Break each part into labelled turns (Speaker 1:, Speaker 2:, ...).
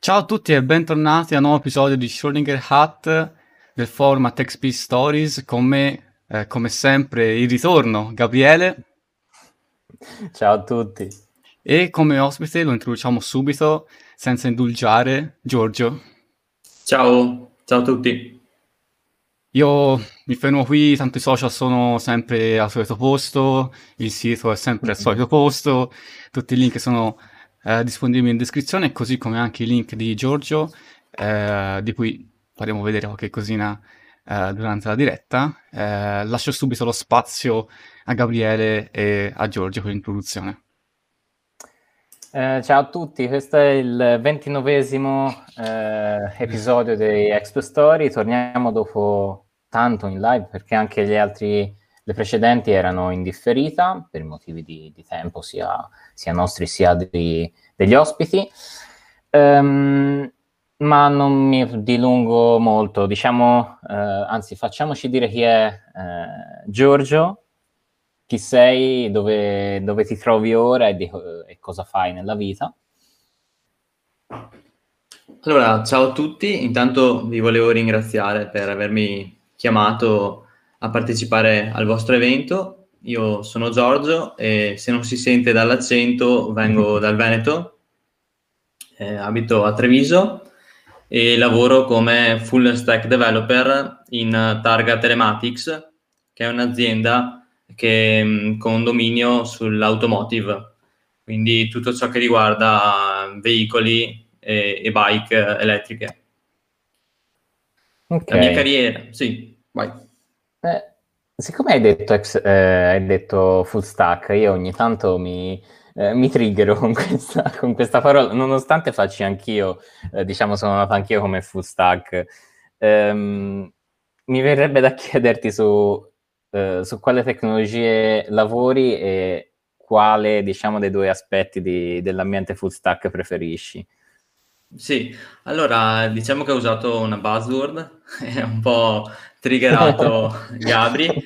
Speaker 1: Ciao a tutti e bentornati a un nuovo episodio di Schrödinger Hat del format XP Stories. Con me, come sempre, il ritorno, Gabriele,
Speaker 2: Ciao a tutti.
Speaker 1: e come ospite lo introduciamo subito, senza indulgiare, Giorgio.
Speaker 3: Ciao a tutti.
Speaker 1: Io mi fermo qui, tanto i social sono sempre al solito posto, il sito è sempre al solito posto, tutti i link sono disponibili in descrizione, così come anche i link di Giorgio, di cui faremo vedere qualche cosina durante la diretta. Lascio subito lo spazio a Gabriele e a Giorgio per l'introduzione.
Speaker 2: Ciao a tutti, questo è il 29esimo episodio di Expo Story. Torniamo dopo tanto in live perché anche le precedenti erano in differita per motivi di tempo sia nostri sia degli ospiti. Ma non mi dilungo molto, diciamo, anzi facciamoci dire chi è Giorgio. Chi sei, dove ti trovi ora e cosa fai nella vita.
Speaker 3: Allora, ciao a tutti. Intanto vi volevo ringraziare per avermi chiamato a partecipare al vostro evento. Io sono Giorgio e se non si sente dall'accento vengo dal Veneto, abito a Treviso e lavoro come full stack developer in Targa Telematics, che è un'azienda con dominio sull'automotive, quindi tutto ciò che riguarda veicoli e bike elettriche.
Speaker 2: Ok.
Speaker 3: La mia carriera, sì, vai.
Speaker 2: Siccome hai detto full stack, io ogni tanto mi triggero con questa parola, nonostante faccia anch'io, diciamo, sono nato anch'io come full stack. Mi verrebbe da chiederti su quale tecnologie lavori e quale, diciamo, dei due aspetti dell'ambiente full stack preferisci.
Speaker 3: Sì, allora diciamo che ho usato una buzzword, è un po' triggerato Gabri.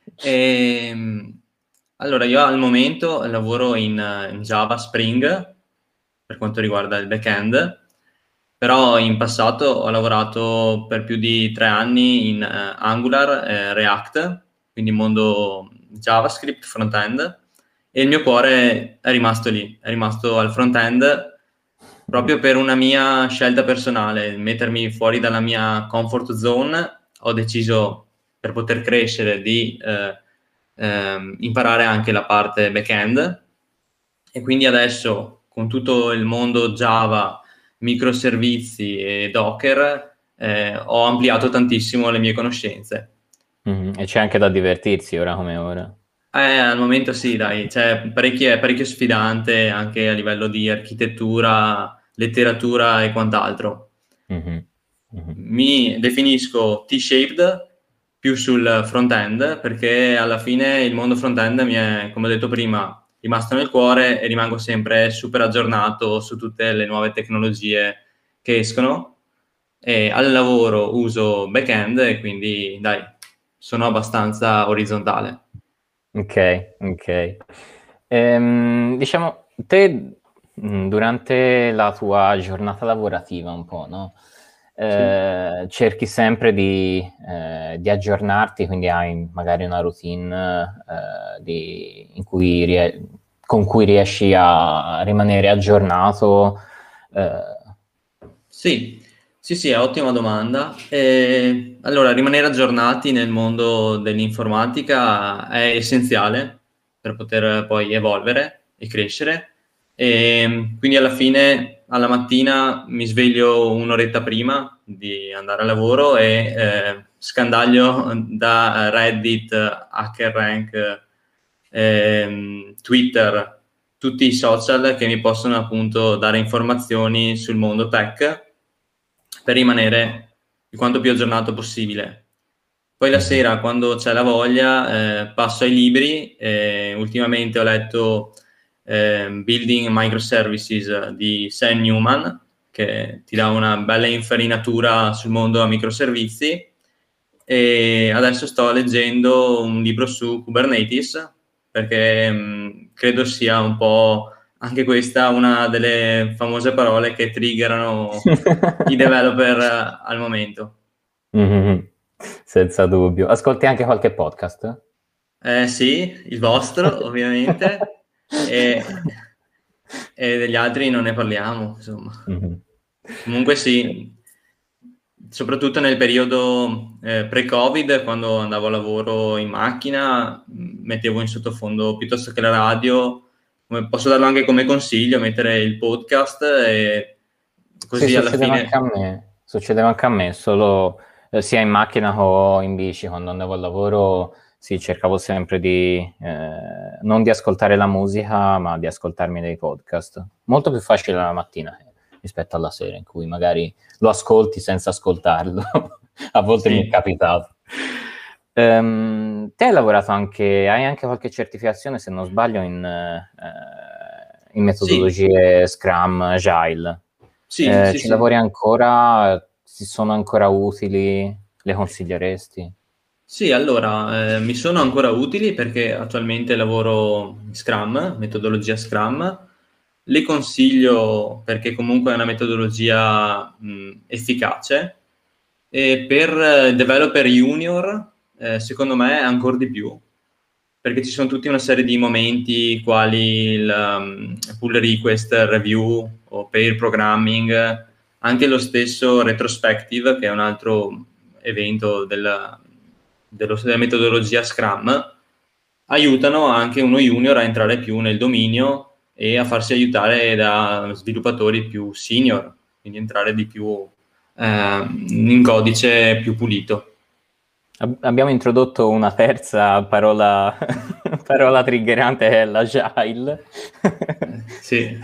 Speaker 3: Allora, io al momento lavoro in Java Spring per quanto riguarda il back-end, però in passato ho lavorato per più di 3 anni in Angular e React, quindi mondo JavaScript front-end, e il mio cuore è rimasto lì, è rimasto al front-end proprio per una mia scelta personale, mettermi fuori dalla mia comfort zone. Ho deciso, per poter crescere, di imparare anche la parte back-end, e quindi adesso con tutto il mondo Java, microservizi e Docker ho ampliato tantissimo le mie conoscenze.
Speaker 2: E c'è anche da divertirsi ora come ora.
Speaker 3: Al momento sì, dai, c'è parecchio sfidante anche a livello di architettura, letteratura e quant'altro.
Speaker 2: Mhm. Mhm.
Speaker 3: Mi definisco T-shaped più sul front-end, perché alla fine il mondo front-end mi è, come ho detto prima, rimasto nel cuore e rimango sempre super aggiornato su tutte le nuove tecnologie che escono. E al lavoro uso back-end e quindi, dai, sono abbastanza orizzontale.
Speaker 2: Ok. Diciamo, te durante la tua giornata lavorativa un po', no?
Speaker 3: Sì.
Speaker 2: Cerchi sempre di aggiornarti, quindi hai magari una routine con cui riesci a rimanere aggiornato.
Speaker 3: Sì, è ottima domanda. Allora, rimanere aggiornati nel mondo dell'informatica è essenziale per poter poi evolvere e crescere. E quindi alla fine, alla mattina, mi sveglio un'oretta prima di andare a lavoro e scandaglio da Reddit, HackerRank, Twitter, tutti i social che mi possono appunto dare informazioni sul mondo tech per rimanere il quanto più aggiornato possibile. Poi la sera, quando c'è la voglia, passo ai libri. Ultimamente ho letto Building Microservices di Sam Newman, che ti dà una bella infarinatura sul mondo a microservizi, e adesso sto leggendo un libro su Kubernetes, perché credo sia un po' anche questa è una delle famose parole che triggerano i developer al momento.
Speaker 2: Mhm. Senza dubbio. Ascolti anche qualche podcast?
Speaker 3: Sì, il vostro ovviamente, e degli altri non ne parliamo, insomma.
Speaker 2: Mhm.
Speaker 3: Comunque sì, soprattutto nel periodo pre-Covid, quando andavo a lavoro in macchina, mettevo in sottofondo piuttosto che la radio, posso darlo anche come consiglio, mettere il podcast e
Speaker 2: Sì,
Speaker 3: così alla fine...
Speaker 2: succedeva anche a me, solo sia in macchina che in bici, quando andavo al lavoro, sì, cercavo sempre di non di ascoltare la musica, ma di ascoltarmi dei podcast. Molto più facile la mattina rispetto alla sera, in cui magari lo ascolti senza ascoltarlo. A volte
Speaker 3: Sì.
Speaker 2: mi è capitato. Te hai lavorato hai anche qualche certificazione, se non sbaglio, in metodologie Scrum, Agile.
Speaker 3: Sì, sì,
Speaker 2: Ci
Speaker 3: sì.
Speaker 2: lavori ancora? Ci sono ancora utili? Le consiglieresti?
Speaker 3: Sì, allora, mi sono ancora utili perché attualmente lavoro in Scrum, metodologia Scrum. Le consiglio perché comunque è una metodologia efficace e per developer junior, secondo me, ancora di più, perché ci sono tutta una serie di momenti quali il pull request review o pair programming, anche lo stesso retrospective, che è un altro evento della metodologia Scrum, aiutano anche uno junior a entrare più nel dominio e a farsi aiutare da sviluppatori più senior, quindi entrare di più in codice più pulito.
Speaker 2: Abbiamo introdotto una terza parola, parola triggerante, che è l'agile.
Speaker 3: Sì.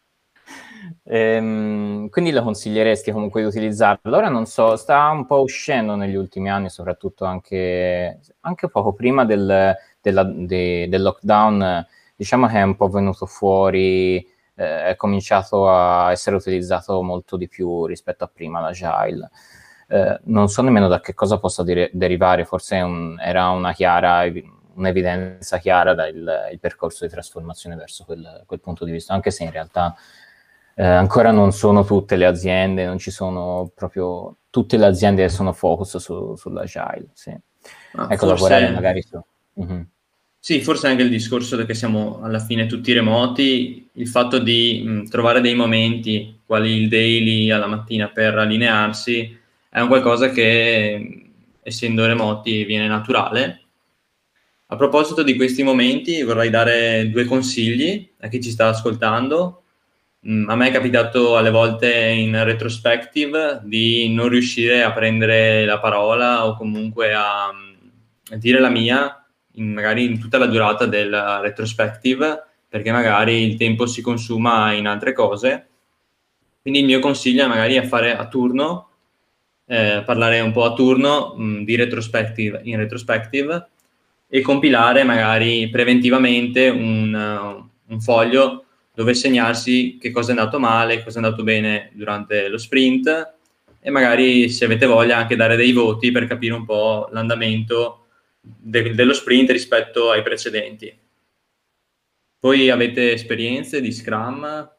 Speaker 2: Quindi lo consiglieresti comunque di utilizzarlo? Ora non so, sta un po' uscendo negli ultimi anni, soprattutto anche poco prima del lockdown, diciamo che è un po' venuto fuori, è cominciato a essere utilizzato molto di più rispetto a prima l'agile. Non so nemmeno da che cosa possa derivare, forse era un'evidenza chiara dal percorso di trasformazione verso quel punto di vista, anche se in realtà ancora non sono tutte le aziende, non ci sono proprio tutte le aziende che sono focus sull'agile. Sì. Ecco, lavorare magari su... Mm-hmm.
Speaker 3: Sì, forse anche il discorso che siamo alla fine tutti remoti, il fatto di trovare dei momenti, quali il daily alla mattina per allinearsi, è un qualcosa che, essendo remoti, viene naturale. A proposito di questi momenti, vorrei dare 2 consigli a chi ci sta ascoltando. A me è capitato alle volte in retrospective di non riuscire a prendere la parola o comunque a dire la mia, magari in tutta la durata del retrospective, perché magari il tempo si consuma in altre cose. Quindi il mio consiglio è magari a fare a turno, parlare un po' a turno di retrospective in retrospective e compilare magari preventivamente un foglio dove segnarsi che cosa è andato male, cosa è andato bene durante lo sprint e magari, se avete voglia, anche dare dei voti per capire un po' l'andamento dello sprint rispetto ai precedenti. Voi avete esperienze di Scrum?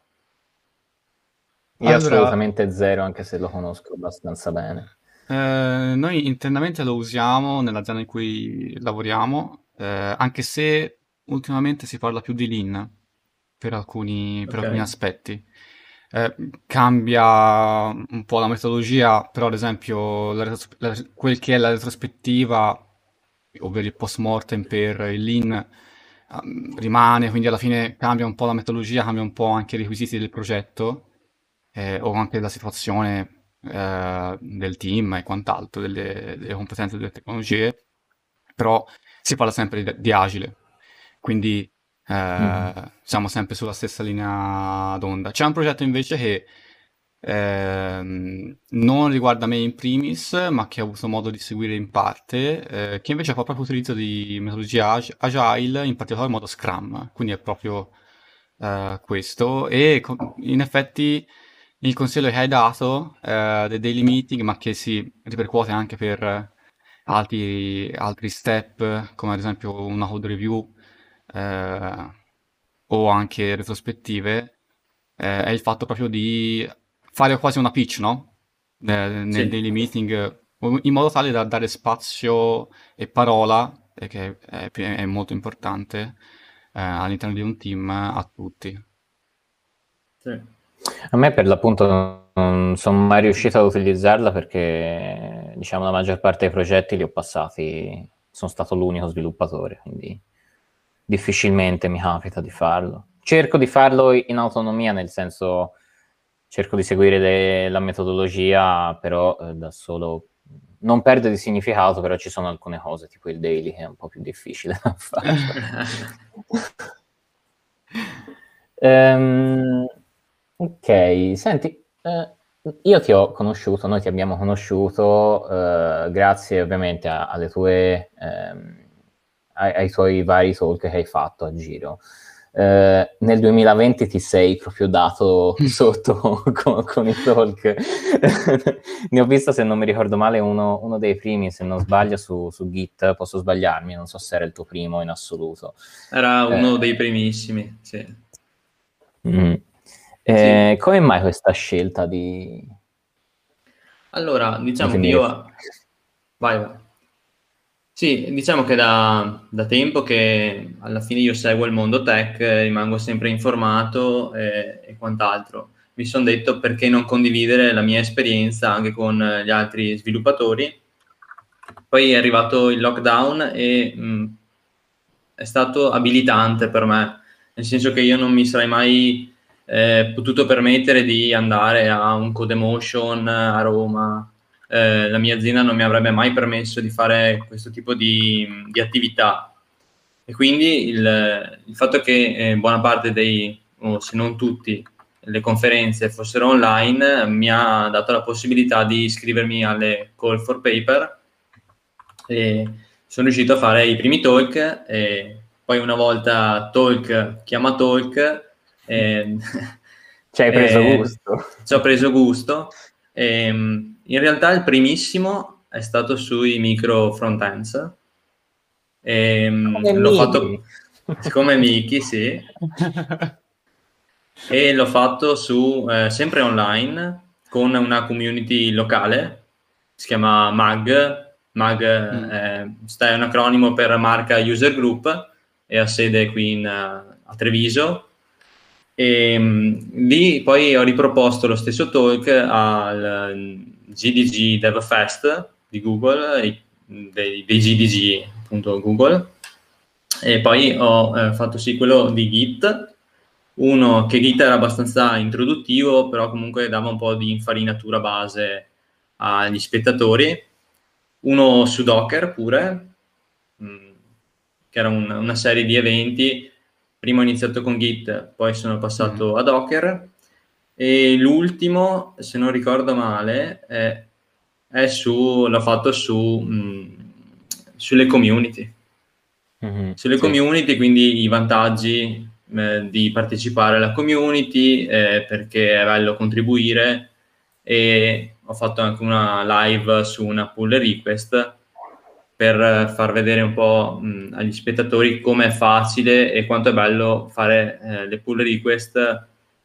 Speaker 2: Io assolutamente zero, anche se lo conosco abbastanza bene.
Speaker 1: Noi internamente lo usiamo nell'azienda in cui lavoriamo, anche se ultimamente si parla più di Lean per alcuni aspetti. Cambia un po' la metodologia, però ad esempio quel che è la retrospettiva, ovvero il post-mortem per il Lean, rimane, quindi alla fine cambia un po' la metodologia, cambia un po' anche i requisiti del progetto, o anche la situazione del team e quant'altro, delle competenze delle tecnologie, però si parla sempre di agile, quindi siamo sempre sulla stessa linea d'onda. C'è un progetto invece che non riguarda me in primis, ma che ho avuto modo di seguire in parte, che invece fa proprio utilizzo di metodologia agile, in particolar modo Scrum, quindi è proprio questo, e in effetti il consiglio che hai dato dei daily meeting, ma che si ripercuote anche per altri step, come ad esempio una code review, o anche retrospettive, è il fatto proprio di fare quasi una pitch, no? Nel
Speaker 3: Sì.
Speaker 1: daily meeting, in modo tale da dare spazio e parola, che è molto importante, all'interno di un team a tutti.
Speaker 3: Sì.
Speaker 2: A me per l'appunto non sono mai riuscito ad utilizzarla perché diciamo la maggior parte dei progetti li ho passati, sono stato l'unico sviluppatore, quindi difficilmente mi capita di farlo. Cerco di farlo in autonomia, nel senso cerco di seguire la metodologia, però da solo non perde di significato, però ci sono alcune cose, tipo il daily, che è un po' più difficile da fare. Ok, senti, io ti ho conosciuto, noi ti abbiamo conosciuto grazie ovviamente alle tue, ai tuoi vari talk che hai fatto a giro. Nel 2020 ti sei proprio dato sotto con i talk. Ne ho visto, se non mi ricordo male, uno dei primi, se non sbaglio, su Git. Posso sbagliarmi, non so se era il tuo primo in assoluto.
Speaker 3: Era uno dei primissimi, sì.
Speaker 2: Sì. Come mai questa scelta di...
Speaker 3: Allora, diciamo che io... Vai. Sì, diciamo che da tempo che alla fine io seguo il mondo tech, rimango sempre informato e quant'altro. Mi sono detto perché non condividere la mia esperienza anche con gli altri sviluppatori. Poi è arrivato il lockdown e è stato abilitante per me, nel senso che io non mi sarei mai potuto permettere di andare a un Codemotion a Roma. La mia azienda non mi avrebbe mai permesso di fare questo tipo di attività, e quindi il fatto che buona parte se non tutti, le conferenze fossero online mi ha dato la possibilità di iscrivermi alle call for paper e sono riuscito a fare i primi talk, e poi una volta talk chiama talk,
Speaker 2: ci hai preso gusto.
Speaker 3: Ci ho preso gusto. In realtà il primissimo è stato sui micro front-ends. L'ho fatto come Mickey, sì. E l'ho fatto sempre online con una community locale, si chiama MAG. MAG è un acronimo per Marca User Group e ha sede qui a Treviso. E lì poi ho riproposto lo stesso talk al GDG Dev Fest di Google, dei GDG appunto Google, e poi ho fatto sì quello di Git, uno che Git era abbastanza introduttivo, però comunque dava un po' di infarinatura base agli spettatori, uno su Docker pure, che era una serie di eventi. Prima ho iniziato con Git, poi sono passato a Docker, e l'ultimo, se non ricordo male, l'ho fatto sulle community. Sulle community, quindi i vantaggi di partecipare alla community, perché è bello contribuire, e ho fatto anche una live su una pull request per far vedere un po' agli spettatori come è facile e quanto è bello fare le pull request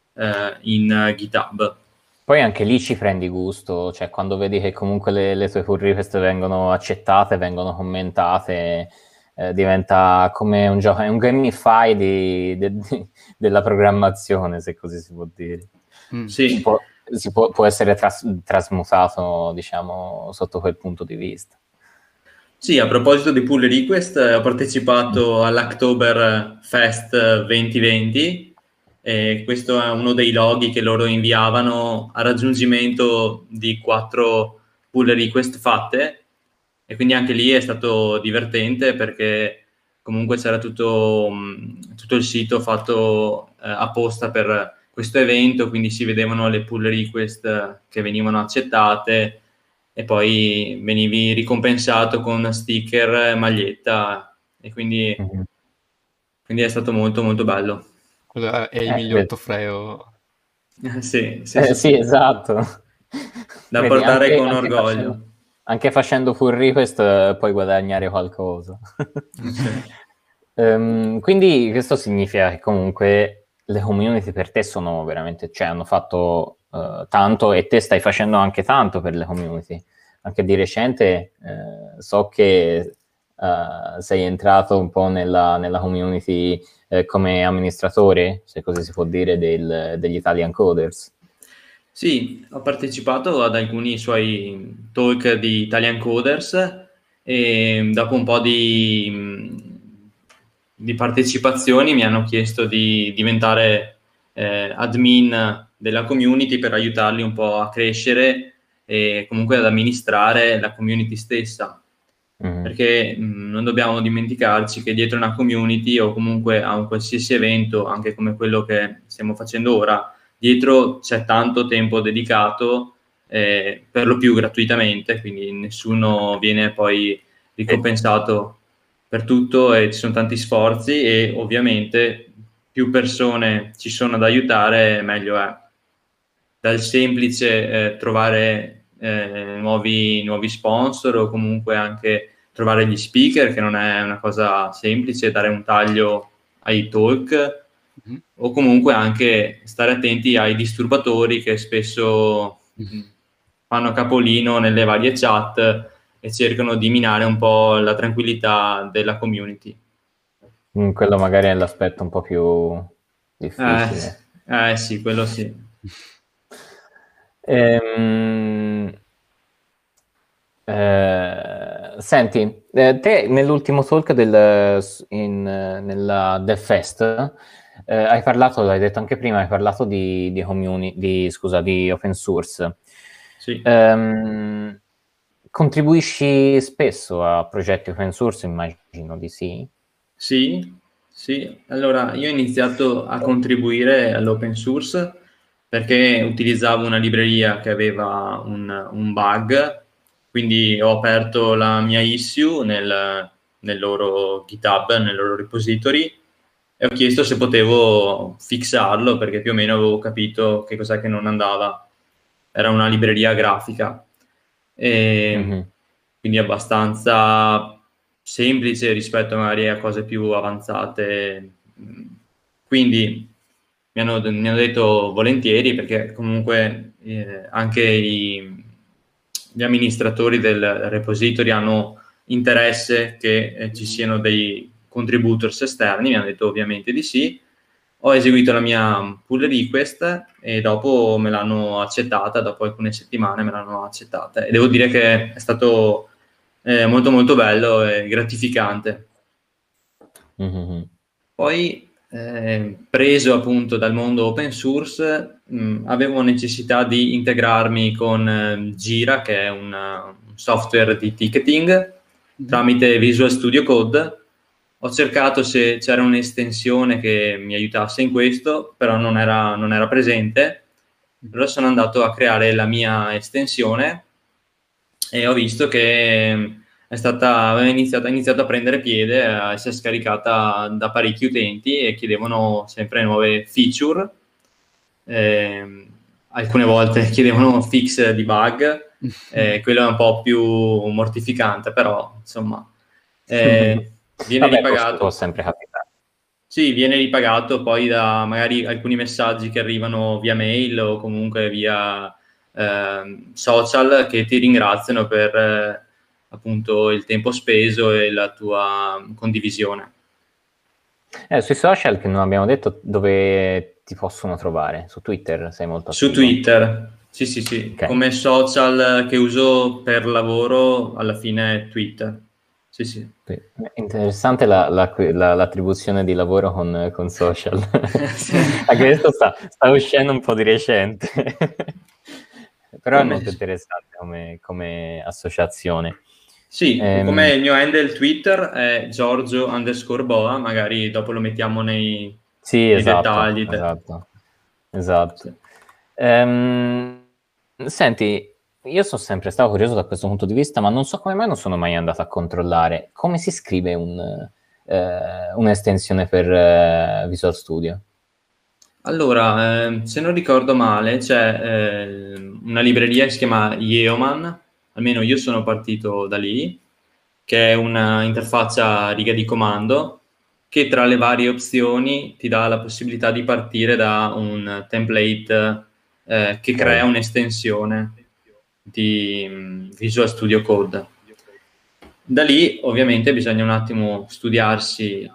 Speaker 3: in GitHub.
Speaker 2: Poi anche lì ci prendi gusto, cioè quando vedi che comunque le tue pull request vengono accettate, vengono commentate, diventa come un gioco, è un gamify della programmazione, se così si può dire.
Speaker 3: Sì.
Speaker 2: Può essere trasmutato, diciamo, sotto quel punto di vista.
Speaker 3: Sì, a proposito di pull request, ho partecipato all'October Fest 2020, e questo è uno dei loghi che loro inviavano a raggiungimento di 4 pull request fatte, e quindi anche lì è stato divertente perché comunque c'era tutto il sito fatto apposta per questo evento, quindi si vedevano le pull request che venivano accettate e poi venivi ricompensato con sticker, maglietta, e quindi è stato molto molto bello.
Speaker 1: Quello è il miglior trofeo.
Speaker 3: Sì,
Speaker 2: esatto.
Speaker 3: Da portare con orgoglio.
Speaker 2: Anche facendo pull request puoi guadagnare qualcosa. Quindi questo significa che comunque le community per te sono veramente, cioè hanno fatto tanto e te stai facendo anche tanto per le community. Anche di recente so che sei entrato un po' nella community come amministratore, se così si può dire, degli Italian Coders.
Speaker 3: Sì, ho partecipato ad alcuni suoi talk di Italian Coders e dopo un po' di partecipazioni mi hanno chiesto di diventare admin della community per aiutarli un po' a crescere e comunque ad amministrare la community stessa. Perché non dobbiamo dimenticarci che dietro una community o comunque a un qualsiasi evento, anche come quello che stiamo facendo ora, dietro c'è tanto tempo dedicato, per lo più gratuitamente, quindi nessuno viene poi ricompensato per tutto e ci sono tanti sforzi e ovviamente più persone ci sono da aiutare meglio è. Dal semplice trovare nuovi sponsor o comunque anche trovare gli speaker, che non è una cosa semplice, dare un taglio ai talk, o comunque anche stare attenti ai disturbatori che spesso fanno capolino nelle varie chat e cercano di minare un po' la tranquillità della community.
Speaker 2: Quello magari è l'aspetto un po' più difficile.
Speaker 3: Sì, quello sì.
Speaker 2: Senti, te nell'ultimo talk nella DevFest hai parlato, l'hai detto anche prima, hai parlato di open source.
Speaker 3: Sì.
Speaker 2: Contribuisci spesso a progetti open source, immagino di sì?
Speaker 3: Sì. Allora, io ho iniziato a contribuire all'open source perché utilizzavo una libreria che aveva un bug, quindi ho aperto la mia issue nel loro GitHub, nel loro repository, e ho chiesto se potevo fixarlo, perché più o meno avevo capito che cos'è che non andava. Era una libreria grafica, quindi abbastanza semplice rispetto magari a cose più avanzate. Quindi mi hanno detto volentieri, perché comunque anche gli amministratori del repository hanno interesse che ci siano dei contributors esterni, mi hanno detto ovviamente di sì. Ho eseguito la mia pull request e dopo me l'hanno accettata, dopo alcune settimane me l'hanno accettata, e devo dire che è stato molto molto bello e gratificante. Poi preso appunto dal mondo open source, avevo necessità di integrarmi con Jira, che è un software di ticketing, tramite Visual Studio Code. Ho cercato se c'era un'estensione che mi aiutasse in questo, però non era presente. Allora sono andato a creare la mia estensione e ho visto che ha iniziato a prendere piede, a essere scaricata da parecchi utenti e chiedevano sempre nuove feature. Alcune volte chiedevano fix di bug, quello è un po' più mortificante, però insomma viene ripagato.
Speaker 2: Può sempre capitare.
Speaker 3: Sì, viene ripagato poi da magari alcuni messaggi che arrivano via mail o comunque via social, che ti ringraziano per appunto il tempo speso e la tua condivisione.
Speaker 2: Sui social, che non abbiamo detto, dove ti possono trovare? Su Twitter sei molto attivo?
Speaker 3: Su Twitter, sì. Okay. Come social che uso per lavoro, alla fine è Twitter. Sì.
Speaker 2: Interessante l'attribuzione di lavoro con social. Anche questo sta uscendo un po' di recente. Però è molto interessante come associazione.
Speaker 3: Sì, come il mio handle Twitter è Giorgio_Boa, magari dopo lo mettiamo nei dettagli.
Speaker 2: Esatto. Senti, io sono sempre stato curioso da questo punto di vista, ma non so come mai non sono mai andato a controllare come si scrive un'estensione per Visual Studio.
Speaker 3: Allora, se non ricordo male, c'è una libreria che si chiama Yeoman, almeno io sono partito da lì, che è una interfaccia a riga di comando che tra le varie opzioni ti dà la possibilità di partire da un template che crea un'estensione di Visual Studio Code. Da lì ovviamente bisogna un attimo studiarsi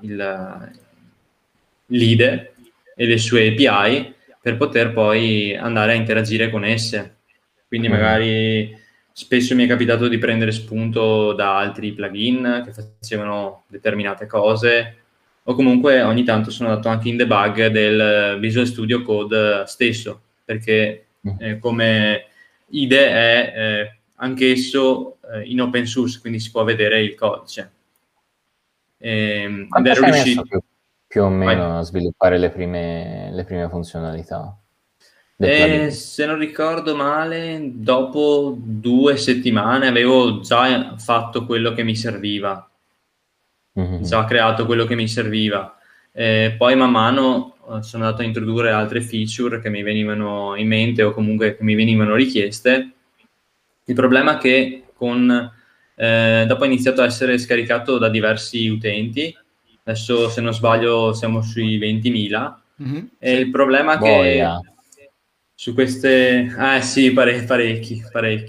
Speaker 3: l'IDE e le sue API per poter poi andare a interagire con esse. Quindi magari spesso mi è capitato di prendere spunto da altri plugin che facevano determinate cose, o comunque ogni tanto sono andato anche in debug del Visual Studio Code stesso, perché come IDE è anch'esso in open source, quindi si può vedere il codice.
Speaker 2: Quanto ci hai messo più o meno a sviluppare le prime funzionalità?
Speaker 3: Se non ricordo male, dopo 2 settimane avevo già fatto quello che mi serviva, già creato quello che mi serviva. Poi man mano sono andato a introdurre altre feature che mi venivano in mente o comunque che mi venivano richieste. Il problema è che dopo ha iniziato a essere scaricato da diversi utenti. Adesso, se non sbaglio, siamo sui 20.000. E il problema è che su queste... sì, parecchi.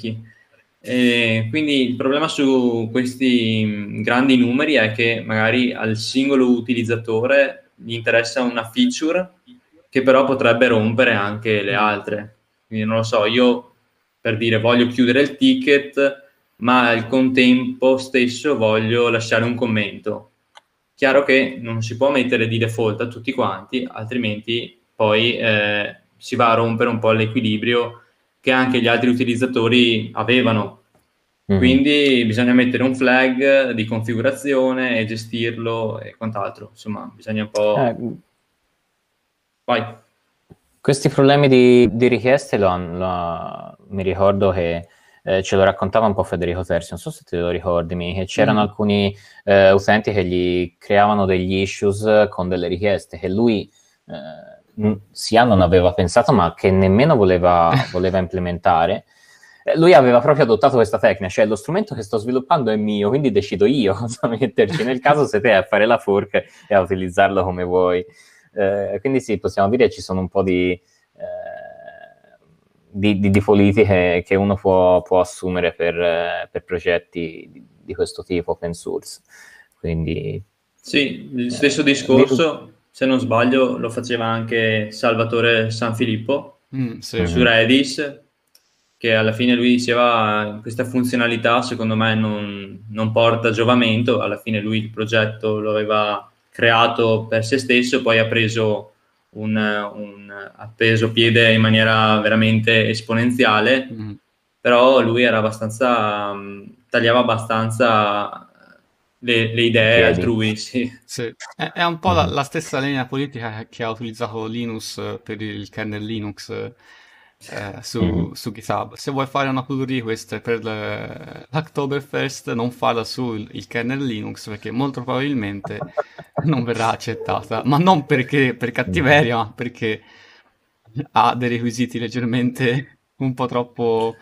Speaker 3: Quindi il problema su questi grandi numeri è che magari al singolo utilizzatore gli interessa una feature che però potrebbe rompere anche le altre. Quindi non lo so, io per dire voglio chiudere il ticket, ma al contempo stesso voglio lasciare un commento. Chiaro che non si può mettere di default a tutti quanti, altrimenti poi si va a rompere un po' l'equilibrio che anche gli altri utilizzatori avevano. Quindi bisogna mettere un flag di configurazione e gestirlo e quant'altro. Insomma, bisogna un po'... Vai.
Speaker 2: Questi problemi di richieste mi ricordo che ce lo raccontava un po' Federico Terzi, non so se te lo ricordi, che c'erano alcuni utenti che gli creavano degli issues con delle richieste che lui sia non aveva pensato, ma che nemmeno voleva implementare. Lui aveva proprio adottato questa tecnica, cioè lo strumento che sto sviluppando è mio, quindi decido io cosa metterci, nel caso sei te a fare la fork e a utilizzarlo come vuoi. Quindi sì, possiamo dire che ci sono un po' di politiche che uno può assumere per progetti di questo tipo, open source. Quindi
Speaker 3: sì, il stesso discorso, se non sbaglio, lo faceva anche Salvatore Sanfilippo su Redis, che alla fine lui diceva questa funzionalità secondo me non porta giovamento. Alla fine lui il progetto lo aveva creato per se stesso, poi ha preso ha preso piede in maniera veramente esponenziale, però lui era tagliava abbastanza le idee altrui. Sì.
Speaker 1: È un po' la stessa linea politica che ha utilizzato Linus per il kernel Linux su GitHub. Se vuoi fare una pull request per l'Oktoberfest, non farla sul kernel Linux, perché molto probabilmente non verrà accettata, ma non perché per cattiveria, ma perché ha dei requisiti leggermente un po' troppo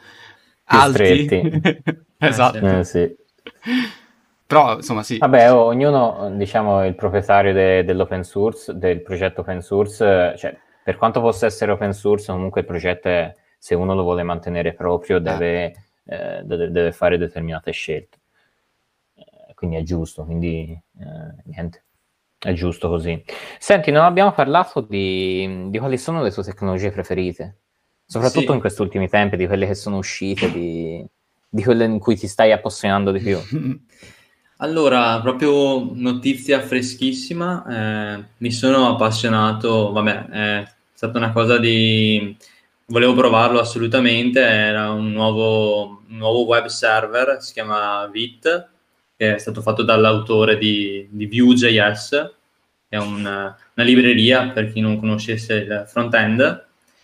Speaker 1: alti. Esatto.
Speaker 2: Sì.
Speaker 1: Però insomma sì.
Speaker 2: Vabbè, ognuno, diciamo, il proprietario dell'open source, del progetto open source, cioè per quanto possa essere open source, comunque il progetto se uno lo vuole mantenere proprio deve fare determinate scelte. Quindi è giusto, quindi niente, è giusto così. Senti, non abbiamo parlato di quali sono le tue tecnologie preferite, soprattutto in questi ultimi tempi, di quelle che sono uscite, di quelle in cui ti stai appassionando di più.
Speaker 3: Allora, proprio notizia freschissima, mi sono appassionato, è stata una cosa volevo provarlo assolutamente, era un nuovo web server, si chiama Vite, che è stato fatto dall'autore di Vue.js, che è una libreria per chi non conoscesse il front-end.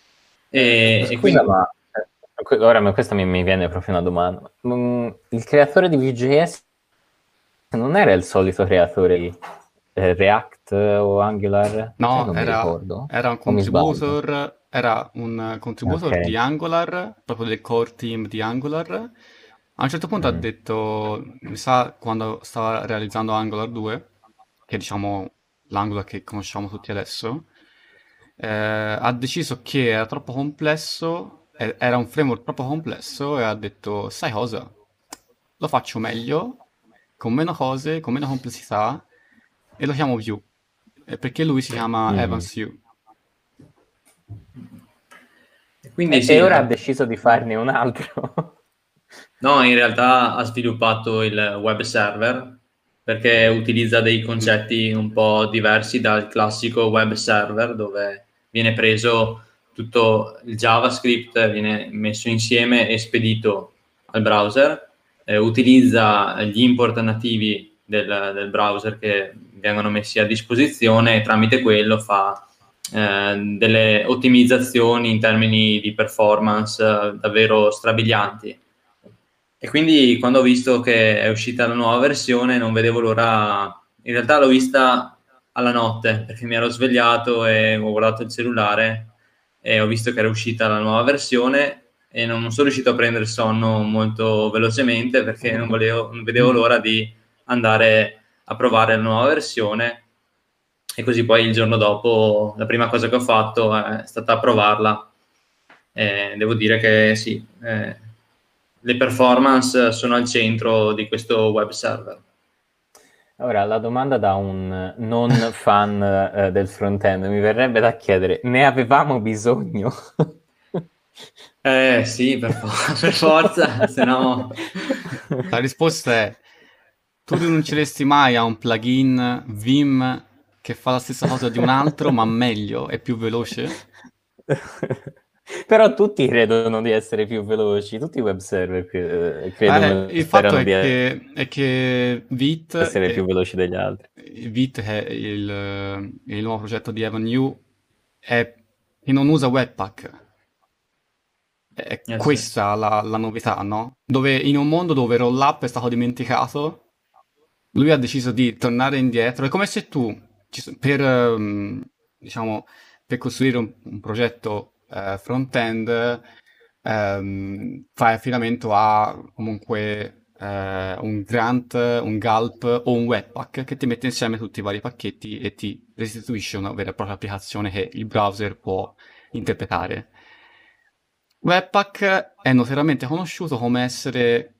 Speaker 2: Scusa, ma ora questa mi viene proprio una domanda. Il creatore di Vue.js non era il solito creatore di React o Angular?
Speaker 1: No, era un contributor, di Angular, proprio del core team di Angular. A un certo punto ha detto, mi sa, quando stava realizzando Angular 2, che diciamo l'Angular che conosciamo tutti adesso, ha deciso che era troppo complesso, era un framework troppo complesso e ha detto, sai cosa? Lo faccio meglio, con meno cose, con meno complessità e lo chiamo Vue. Perché lui si chiama Evans Vue.
Speaker 3: Quindi
Speaker 2: E ora ha deciso di farne un altro.
Speaker 3: No, in realtà ha sviluppato il web server perché utilizza dei concetti un po' diversi dal classico web server, dove viene preso tutto il JavaScript, viene messo insieme e spedito al browser, utilizza gli import nativi del browser che vengono messi a disposizione e tramite quello fa delle ottimizzazioni in termini di performance davvero strabilianti. E quindi quando ho visto che è uscita la nuova versione non vedevo l'ora, in realtà l'ho vista alla notte perché mi ero svegliato e ho guardato il cellulare e ho visto che era uscita la nuova versione e non sono riuscito a prendere sonno molto velocemente perché non vedevo l'ora di andare a provare la nuova versione. E così poi il giorno dopo la prima cosa che ho fatto è stata provarla. Devo dire che sì, le performance sono al centro di questo web server.
Speaker 2: Ora, la domanda da un non fan del front-end mi verrebbe da chiedere, ne avevamo bisogno?
Speaker 3: Sì, per forza, se no...
Speaker 1: La risposta è: tu rinunceresti mai a un plugin Vim che fa la stessa cosa di un altro, ma meglio e più veloce?
Speaker 2: Però tutti credono di essere più veloci, tutti i web server credono,
Speaker 1: Il fatto
Speaker 2: sperano di
Speaker 1: è che Vite
Speaker 2: essere più veloci degli altri.
Speaker 1: Vite è il nuovo progetto di Evan You, che non usa Webpack. È questa la novità, no? Dove in un mondo dove Rollup è stato dimenticato, lui ha deciso di tornare indietro. È come se tu, diciamo, per costruire un progetto front-end, fai affidamento a comunque un Grant, un Gulp o un Webpack che ti mette insieme tutti i vari pacchetti e ti restituisce una vera e propria applicazione che il browser può interpretare. Webpack è notoriamente conosciuto come essere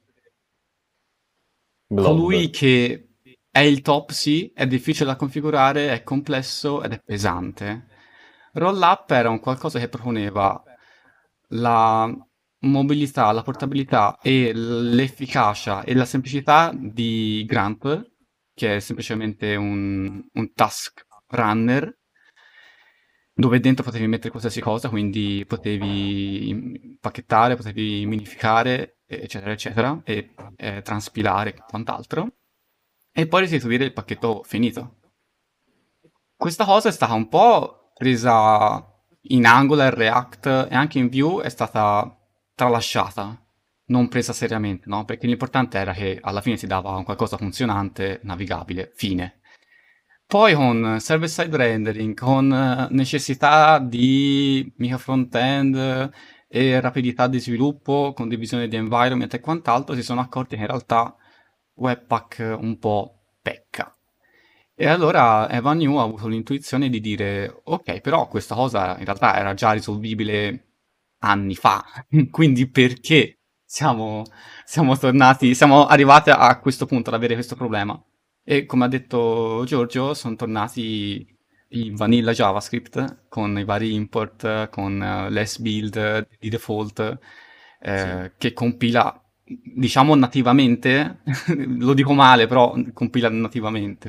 Speaker 1: colui che è il top, sì, è difficile da configurare, è complesso ed è pesante. Rollup era un qualcosa che proponeva la mobilità, la portabilità e l'efficacia e la semplicità di Grant, che è semplicemente un task runner, dove dentro potevi mettere qualsiasi cosa, quindi potevi impacchettare, potevi minificare, eccetera, eccetera, e transpilare e quant'altro, e poi restituire il pacchetto finito. Questa cosa è stata un po' presa in Angular, React e anche in Vue è stata tralasciata, non presa seriamente, no? Perché l'importante era che alla fine si dava un qualcosa funzionante, navigabile, fine. Poi con server-side rendering, con necessità di micro front-end e rapidità di sviluppo, condivisione di environment e quant'altro, si sono accorti che in realtà Webpack un po' pecca. E allora Evan New ha avuto l'intuizione di dire: ok, però questa cosa in realtà era già risolvibile anni fa, quindi perché siamo tornati, siamo arrivati a questo punto, ad avere questo problema? E come ha detto Giorgio, sono tornati i vanilla JavaScript con i vari import, con l'S build di default, che compila, diciamo, nativamente, lo dico male, però compila nativamente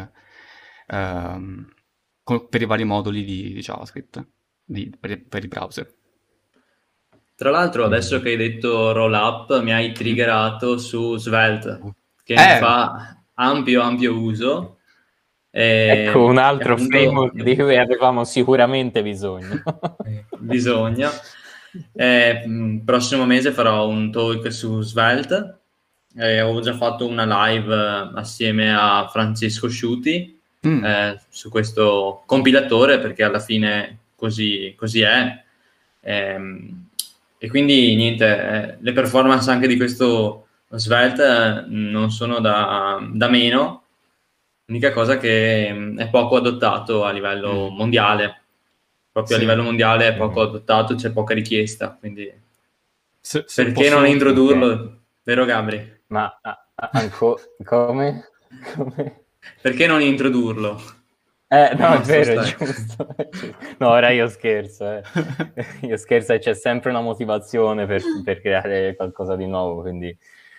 Speaker 1: per i vari moduli di JavaScript, per i browser.
Speaker 3: Tra l'altro, adesso che hai detto rollup, mi hai triggerato su Svelte, che ne fa ampio uso.
Speaker 2: Ecco un altro framework di cui avevamo sicuramente bisogno.
Speaker 3: Prossimo mese farò un talk su Svelte. Ho già fatto una live assieme a Francesco Sciuti su questo compilatore, perché alla fine così è. E quindi niente, le performance anche di questo Svelte non sono da meno, L'unica cosa che è poco adottato a livello mondiale. Proprio
Speaker 1: Sì.
Speaker 3: a livello mondiale è poco adottato, c'è poca richiesta, quindi
Speaker 1: Se
Speaker 3: perché
Speaker 1: posso...
Speaker 3: non introdurlo?
Speaker 2: Ok.
Speaker 3: Vero Gabri?
Speaker 2: Ma ancora come?
Speaker 3: Perché non introdurlo?
Speaker 2: No, è
Speaker 3: Nostro
Speaker 2: vero, è
Speaker 3: stack.
Speaker 2: giusto, è giusto. No, ora io scherzo. Io scherzo e c'è sempre una motivazione per creare qualcosa di nuovo, quindi...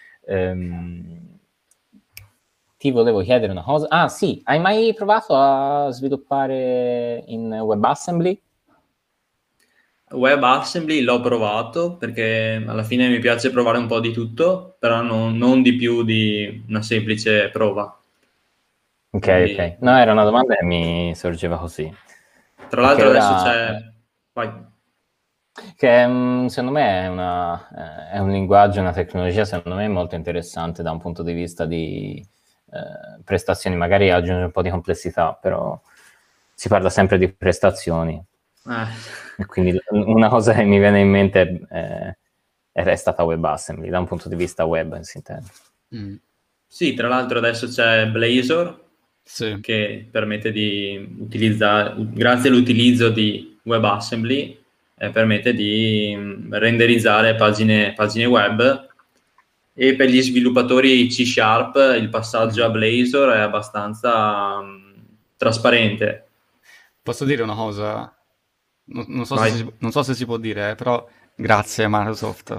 Speaker 2: Ti volevo chiedere una cosa. Ah, sì, hai mai provato a sviluppare in WebAssembly?
Speaker 3: WebAssembly l'ho provato perché alla fine mi piace provare un po' di tutto, però non di più di una semplice prova.
Speaker 2: Ok,
Speaker 3: Quindi,
Speaker 2: ok. No, era una domanda che mi sorgeva così.
Speaker 3: tra
Speaker 2: Perché
Speaker 3: l'altro adesso
Speaker 2: ora...
Speaker 3: c'è... Vai.
Speaker 2: Che secondo me è un linguaggio, una tecnologia secondo me molto interessante da un punto di vista di prestazioni, magari aggiunge un po' di complessità, però si parla sempre di prestazioni. E quindi una cosa che mi viene in mente è stata WebAssembly, da un punto di vista web, si intende.
Speaker 3: Sì, tra l'altro adesso c'è Blazor,
Speaker 1: Sì.
Speaker 3: che permette di utilizzare, grazie all'utilizzo di WebAssembly, permette di renderizzare pagine web, e per gli sviluppatori C# il passaggio a Blazor è abbastanza trasparente.
Speaker 1: Posso dire una cosa? Non so
Speaker 3: Vai.
Speaker 1: non so se si può dire, però grazie Microsoft.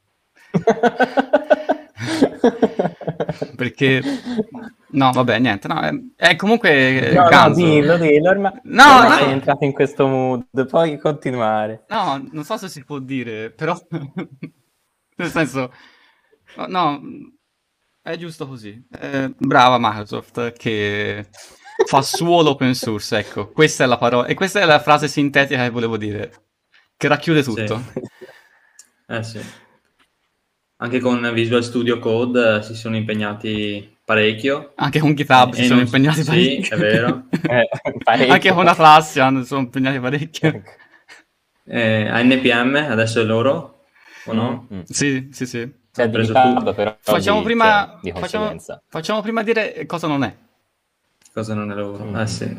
Speaker 1: Perché... No, vabbè, niente. No, è comunque
Speaker 2: No,
Speaker 1: ganzo.
Speaker 2: dillo,
Speaker 1: No,
Speaker 2: ormai sei
Speaker 1: no,
Speaker 2: entrato in questo mood, puoi continuare.
Speaker 1: no, non so se si può dire, però... Nel senso... No, è giusto così. Brava Microsoft che fa suo l'open source, ecco. Questa è la parola. E questa è la frase sintetica che volevo dire. Che racchiude tutto.
Speaker 3: Sì. Anche con Visual Studio Code si sono impegnati parecchio.
Speaker 1: Anche con GitHub si sono impegnati
Speaker 3: Sì,
Speaker 1: parecchio.
Speaker 3: è vero.
Speaker 1: Anche con Atlassian si sono impegnati parecchio.
Speaker 3: NPM adesso è loro, o no?
Speaker 1: Sì, sì, sì.
Speaker 2: C'è
Speaker 3: Hanno
Speaker 2: di
Speaker 3: preso
Speaker 2: GitHub,
Speaker 3: tutto.
Speaker 2: però
Speaker 1: Facciamo
Speaker 2: di
Speaker 1: prima,
Speaker 2: conseguenza.
Speaker 1: facciamo prima dire cosa non è.
Speaker 3: Cosa non è loro? Sì.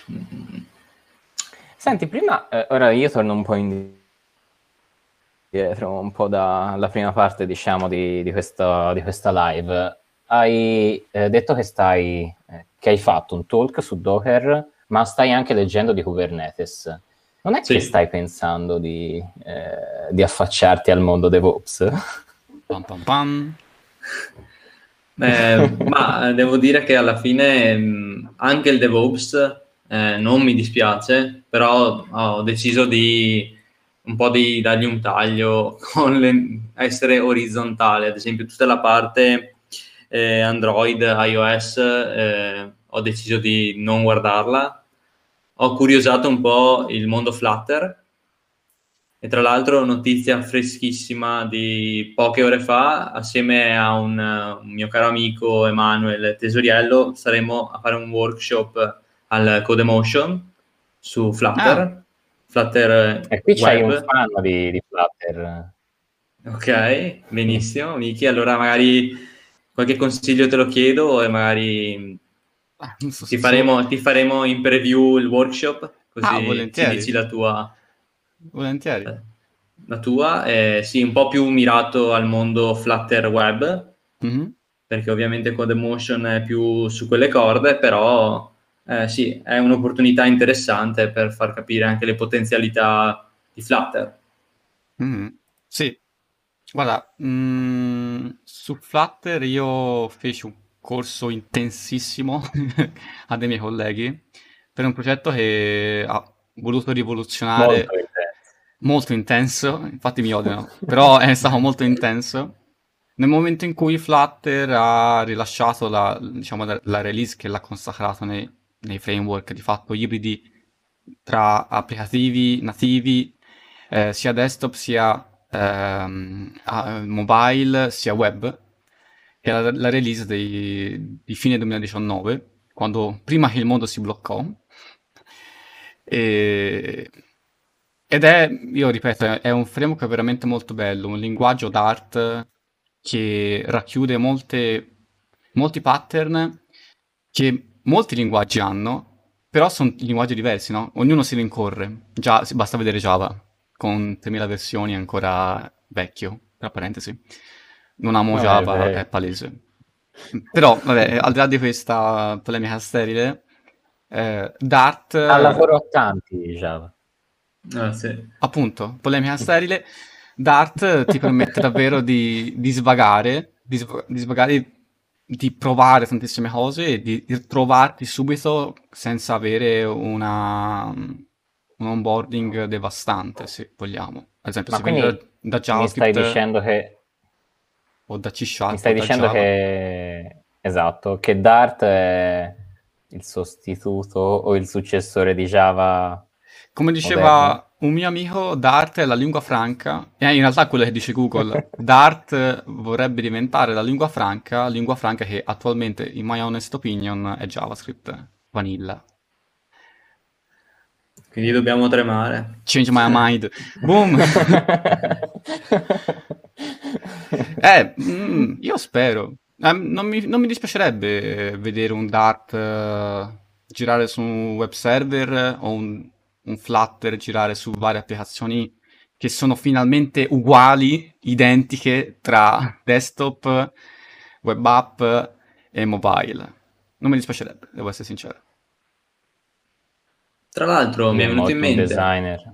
Speaker 2: Senti, prima, ora io torno un po' indietro, un po' dalla prima parte, diciamo, di questa live. Hai detto che hai fatto un talk su Docker, ma stai anche leggendo di Kubernetes. Non è che stai pensando di affacciarti al mondo DevOps?
Speaker 1: Pam pam pam.
Speaker 3: Ma devo dire che alla fine anche il DevOps non mi dispiace, però ho deciso di un po' di dargli un taglio con essere orizzontale, ad esempio tutta la parte Android, iOS, ho deciso di non guardarla. Ho curiosato un po' il mondo Flutter, e tra l'altro notizia freschissima di poche ore fa, assieme a un mio caro amico Emanuele Tesoriello saremo a fare un workshop al Codemotion su Flutter, Flutter
Speaker 2: E qui c'hai un
Speaker 3: web.
Speaker 2: fan di Flutter.
Speaker 3: Ok, benissimo, Miki. Allora magari qualche consiglio te lo chiedo e magari ti faremo in preview il workshop, così ci
Speaker 1: volentieri.
Speaker 3: dici la tua.
Speaker 1: Volentieri.
Speaker 3: La tua sì, un po' più mirato al mondo Flutter web, perché ovviamente Codemotion è più su quelle corde, però sì, è un'opportunità interessante per far capire anche le potenzialità di Flutter.
Speaker 1: Sì, guarda, su Flutter io feci un corso intensissimo a dei miei colleghi per un progetto che ha voluto rivoluzionare, molto intenso, infatti mi odiano, però è stato molto intenso. Nel momento in cui Flutter ha rilasciato diciamo, la release che l'ha consacrato nei framework di fatto ibridi tra applicativi nativi, sia desktop sia mobile sia web, che è la release di fine 2019, quando prima che il mondo si bloccò. Ed è, io ripeto, è un framework veramente molto bello, un linguaggio Dart che racchiude molti pattern che molti linguaggi hanno, però sono linguaggi diversi, no? Ognuno si rincorre. Già, basta vedere Java, con 3000 versioni, è ancora vecchio, tra parentesi. Non amo
Speaker 2: No,
Speaker 1: Java, è palese. Però, vabbè, al di là di questa polemica sterile, Dart,
Speaker 2: Dà lavoro a tanti, Java.
Speaker 3: Sì.
Speaker 1: appunto, polemica sterile, Dart ti permette davvero di svagare, di svagare, di provare tantissime cose e di trovarti subito senza avere un onboarding devastante, se vogliamo. Ad esempio,
Speaker 2: Ma
Speaker 1: se vieni
Speaker 2: quindi
Speaker 1: da
Speaker 2: mi stai
Speaker 1: JavaScript
Speaker 2: dicendo che
Speaker 1: o da C
Speaker 2: mi
Speaker 1: Sharp o
Speaker 2: stai
Speaker 1: da
Speaker 2: dicendo
Speaker 1: Java.
Speaker 2: che esatto, che Dart è il sostituto o il successore di Java
Speaker 1: Come
Speaker 2: moderno?
Speaker 1: diceva un mio amico, Dart è la lingua franca, e in realtà quello che dice Google, Dart vorrebbe diventare la lingua franca che attualmente, in my honest opinion, è JavaScript, vanilla.
Speaker 3: Quindi dobbiamo tremare.
Speaker 1: Change my mind. Boom! Io spero. Non mi dispiacerebbe vedere un Dart girare su un web server o un Flutter girare su varie applicazioni che sono finalmente uguali, identiche tra desktop, web app e mobile. Non mi dispiacerebbe, devo essere sincero.
Speaker 3: Tra l'altro mi
Speaker 2: Lui
Speaker 3: è
Speaker 2: è
Speaker 3: venuto in
Speaker 2: molto un
Speaker 3: mente...
Speaker 2: designer.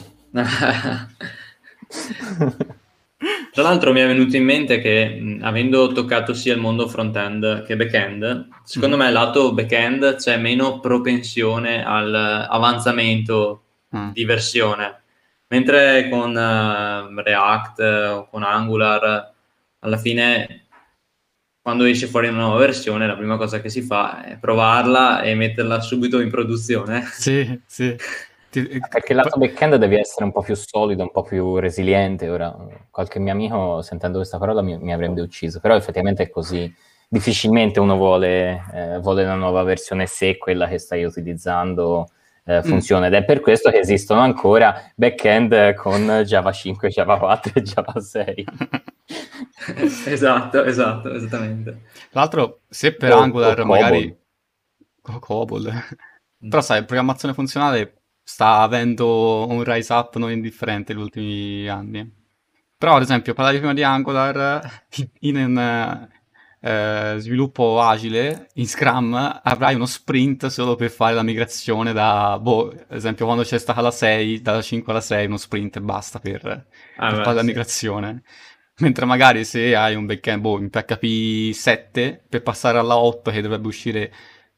Speaker 3: Tra l'altro mi è venuto in mente che avendo toccato sia il mondo front-end che back-end, secondo me lato back-end c'è meno propensione all'avanzamento di versione, mentre con React o con Angular alla fine quando esce fuori una nuova versione la prima cosa che si fa è provarla e metterla subito in produzione.
Speaker 1: Sì, sì.
Speaker 2: Perché il lato back-end devi essere un po' più solido, un po' più resiliente. Ora, qualche mio amico, sentendo questa parola, mi avrebbe ucciso. Però effettivamente è così. Difficilmente uno vuole una nuova versione se quella che stai utilizzando funziona. Ed è per questo che esistono ancora back-end con Java 5, Java 4 e Java 6.
Speaker 3: Esatto, esattamente.
Speaker 1: Tra l'altro, se per Angular
Speaker 2: o
Speaker 1: magari... Cobol. Però sai, programmazione funzionale sta avendo un rise up non indifferente negli ultimi anni. Però, ad esempio, parlavi prima di Angular, in un sviluppo agile, in Scrum, avrai uno sprint solo per fare la migrazione da, ad esempio, quando c'è stata la 6, dalla 5 alla 6, uno sprint e basta per fare la migrazione. Mentre magari se hai un backend, in PHP 7, per passare alla 8 che dovrebbe uscire,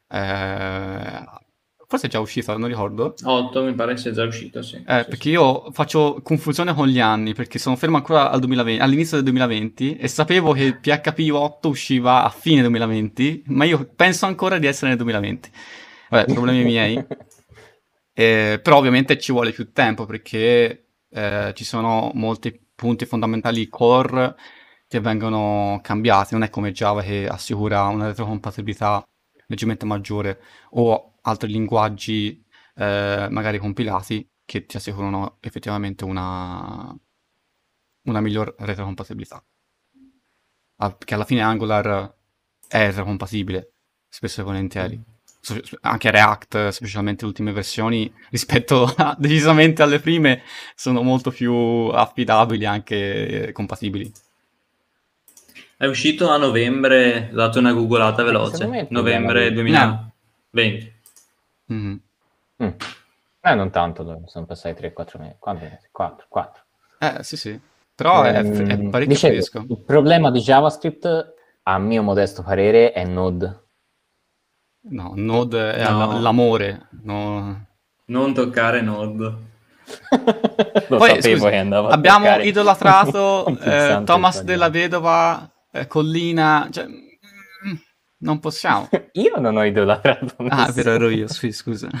Speaker 1: forse è già uscita, non ricordo.
Speaker 3: 8 mi pare sia già uscito, sì.
Speaker 1: Perché io faccio confusione con gli anni, perché sono fermo ancora al 2020, all'inizio del 2020, e sapevo che PHP 8 usciva a fine 2020, ma io penso ancora di essere nel 2020. Vabbè, problemi miei. Però ovviamente ci vuole più tempo, perché ci sono molti punti fondamentali core che vengono cambiati. Non è come Java che assicura una retrocompatibilità leggermente maggiore, o altri linguaggi magari compilati che ti assicurano effettivamente una miglior retrocompatibilità. Perché alla fine Angular è retrocompatibile, spesso e volentieri. Anche React, specialmente le ultime versioni, rispetto decisamente alle prime, sono molto più affidabili, anche compatibili.
Speaker 3: È uscito a novembre, dato una googolata veloce.
Speaker 2: Secondo me il
Speaker 3: Novembre 2020.
Speaker 1: Mm-hmm.
Speaker 2: Non tanto, sono passati 3-4 mesi. Quanti mesi? 4.
Speaker 1: Sì. Però è parecchio fresco.
Speaker 2: Il problema di JavaScript, a mio modesto parere, è Node.
Speaker 1: No, Node è l'amore. No.
Speaker 3: Non toccare Node.
Speaker 1: Poi, scusi, abbiamo idolatrato Thomas della Vedova, Collina, cioè, non possiamo.
Speaker 2: Io non ho idolatrato nessuno.
Speaker 1: Ah, però ero io, scusa.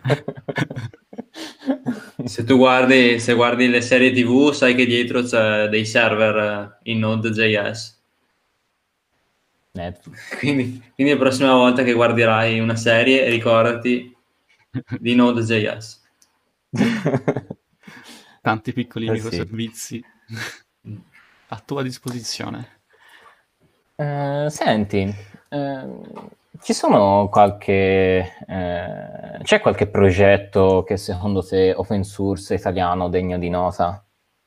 Speaker 3: Se guardi le serie TV, sai che dietro c'è dei server in Node.js. Quindi la prossima volta che guarderai una serie, ricordati di Node.js.
Speaker 1: Tanti piccoli microservizi a tua disposizione.
Speaker 2: Senti, Ci sono c'è qualche progetto che secondo te open source italiano degno di nota?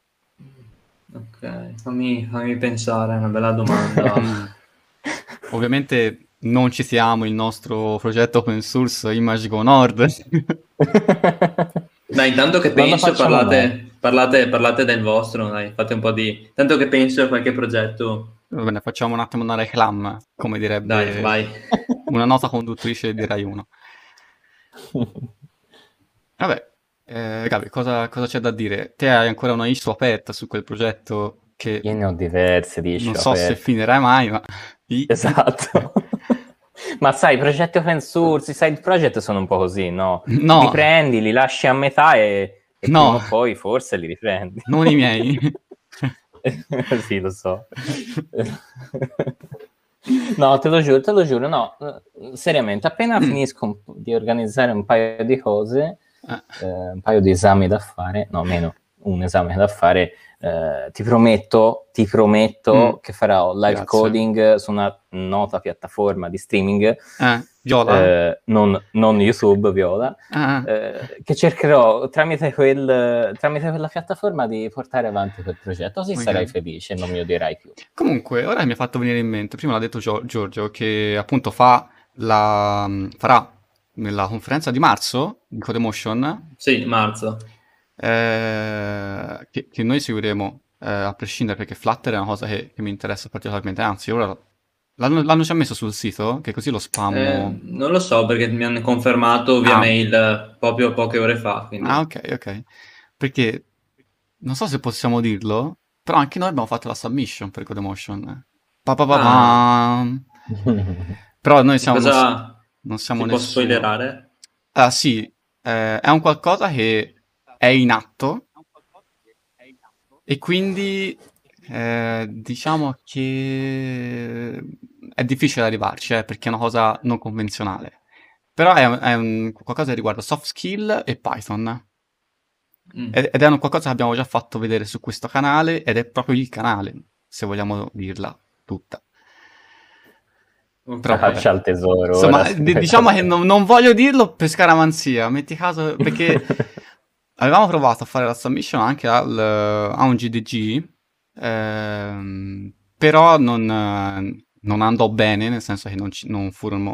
Speaker 3: Ok, fammi pensare, è una bella domanda.
Speaker 1: Ovviamente non citiamo il nostro progetto open source Imagico Nord.
Speaker 3: Dai, intanto che
Speaker 2: Non lo
Speaker 3: penso,
Speaker 2: facciamo noi.
Speaker 3: parlate del vostro, dai, fate un po' di... Tanto che penso a qualche progetto,
Speaker 1: Va bene, facciamo un attimo una reclam, come
Speaker 3: dai,
Speaker 1: direbbe
Speaker 3: vai.
Speaker 1: una nota conduttrice di Rai 1. Vabbè, Gabi, cosa c'è da dire? Te hai ancora una issue aperta su quel progetto che
Speaker 2: Io ne ho diverse di
Speaker 1: non
Speaker 2: issue
Speaker 1: so se
Speaker 2: aperte.
Speaker 1: finirai mai, ma...
Speaker 2: Esatto. Ma sai, i progetti open source, i side project sono un po' così, no?
Speaker 1: No,
Speaker 2: Li prendi, li lasci a metà e prima
Speaker 1: no,
Speaker 2: o poi forse li riprendi.
Speaker 1: non i miei.
Speaker 2: Sì, lo so. No, te lo giuro, no, seriamente, appena finisco di organizzare un paio di cose, un paio di esami da fare, no, meno un esame da fare, ti prometto che farò live
Speaker 1: Grazie.
Speaker 2: coding su una nota piattaforma di streaming,
Speaker 1: Viola?
Speaker 2: non YouTube, Viola, che cercherò tramite quella piattaforma di portare avanti quel progetto, così sarai felice e non mi odierai più.
Speaker 1: Comunque, ora mi ha fatto venire in mente, prima l'ha detto Giorgio, che appunto farà nella conferenza di marzo di Codemotion.
Speaker 3: Sì, marzo.
Speaker 1: Che noi seguiremo a prescindere, perché Flutter è una cosa che mi interessa particolarmente, anzi ora l'hanno già messo sul sito, che così lo spammo.
Speaker 3: Non lo so perché mi hanno confermato via mail proprio poche ore fa, quindi...
Speaker 1: ok, perché non so se possiamo dirlo, però anche noi abbiamo fatto la submission per Codemotion. Però noi siamo non siamo
Speaker 3: si può
Speaker 1: nessuno.
Speaker 3: spoilerare?
Speaker 1: Sì, è un qualcosa che è in atto e quindi diciamo che è difficile arrivarci, perché è una cosa non convenzionale. Però è un qualcosa che riguarda soft skill e Python. Ed è un qualcosa che abbiamo già fatto vedere su questo canale, ed è proprio il canale, se vogliamo dirla tutta. Però vabbè.
Speaker 2: Caccia al tesoro.
Speaker 1: Insomma, diciamo che non voglio dirlo per scaramanzia, metti caso, perché avevamo provato a fare la submission anche a un GDG, però non andò bene, nel senso che non furono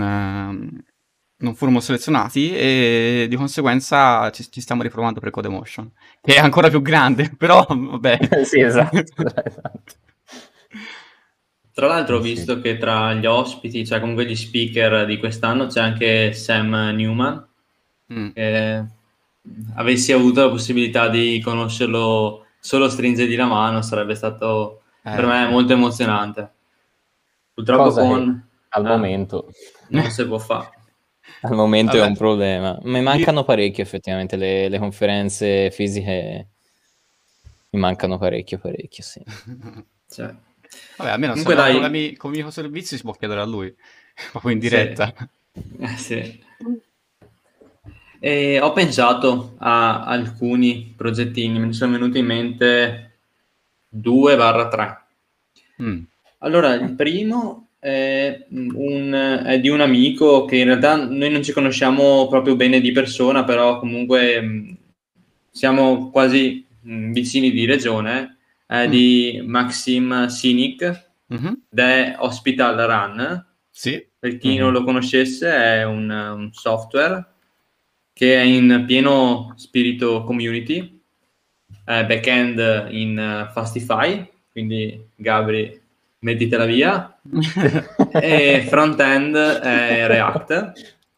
Speaker 1: selezionati, e di conseguenza ci stiamo riprovando per Codemotion, che è ancora più grande, però vabbè.
Speaker 2: Sì, esatto.
Speaker 3: Tra l'altro ho visto che tra gli ospiti, cioè comunque gli speaker di quest'anno, c'è anche Sam Newman, che avessi avuto la possibilità di conoscerlo solo stringergli la mano sarebbe stato per me molto emozionante. Purtroppo
Speaker 2: al momento
Speaker 3: non si può fare.
Speaker 2: Al momento è un problema. Mi mancano parecchio effettivamente le conferenze fisiche. Mi mancano parecchio, sì.
Speaker 3: Cioè.
Speaker 1: Vabbè, almeno se hai problemi con i microservizi si può chiedere a lui, proprio in diretta.
Speaker 3: Sì. E ho pensato a alcuni progettini, me ne sono venuti in mente 2-3. Allora, il primo è di un amico che in realtà noi non ci conosciamo proprio bene di persona, però comunque siamo quasi vicini di regione, di Maxim Cynic, The Hospital Run.
Speaker 1: Sì.
Speaker 3: Per chi non lo conoscesse, è un software che è in pieno spirito community, back-end in Fastify, quindi Gabri, mettitela via, e front-end è React.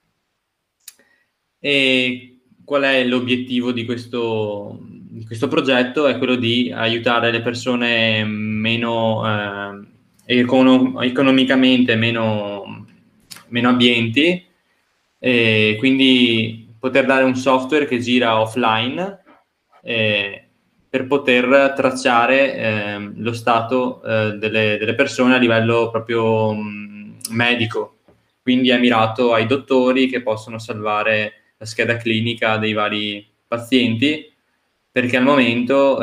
Speaker 3: E qual è l'obiettivo di questo progetto? È quello di aiutare le persone meno economicamente meno abbienti, e quindi poter dare un software che gira offline per poter tracciare lo stato delle persone a livello proprio medico. Quindi è mirato ai dottori che possono salvare la scheda clinica dei vari pazienti, perché al momento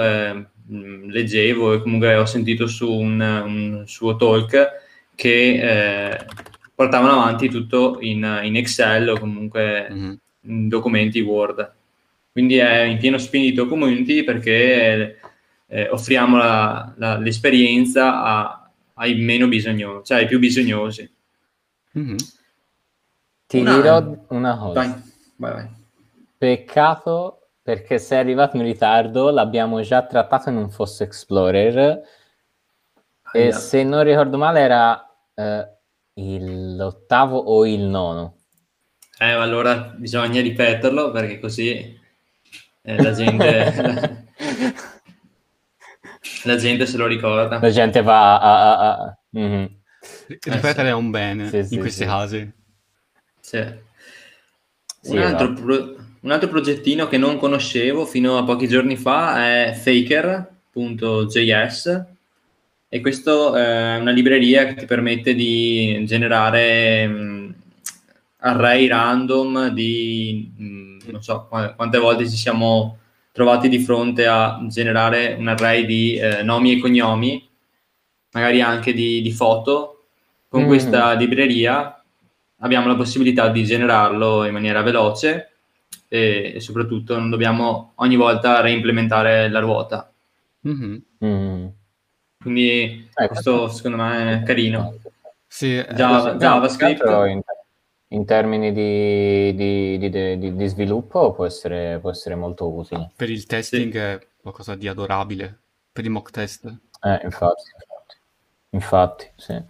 Speaker 3: leggevo e comunque ho sentito su un suo talk che portavano avanti tutto in Excel o comunque in documenti Word. Quindi è in pieno spirito community, perché offriamo l'esperienza ai meno bisognosi, cioè ai più bisognosi.
Speaker 2: Ti dirò una cosa.
Speaker 3: Vai.
Speaker 2: Peccato, perché sei arrivato in ritardo, l'abbiamo già trattato in un Foss Explorer, e se non ricordo male era l'8º o il 9º.
Speaker 3: Allora bisogna ripeterlo, perché così la gente la gente se lo ricorda.
Speaker 2: La gente va a...
Speaker 1: Ripetere è un bene in questi casi.
Speaker 3: Sì. Un altro progettino che non conoscevo fino a pochi giorni fa è Faker.js, e questo è una libreria che ti permette di generare array random di non so quante volte ci siamo trovati di fronte a generare un array di nomi e cognomi, magari anche di foto. Con questa libreria abbiamo la possibilità di generarlo in maniera veloce e soprattutto non dobbiamo ogni volta reimplementare la ruota. Quindi questo secondo me è carino.
Speaker 1: Sì,
Speaker 3: JavaScript
Speaker 2: in termini di sviluppo può essere molto utile.
Speaker 1: Per il testing è qualcosa di adorabile, per i mock test.
Speaker 2: Infatti, sì.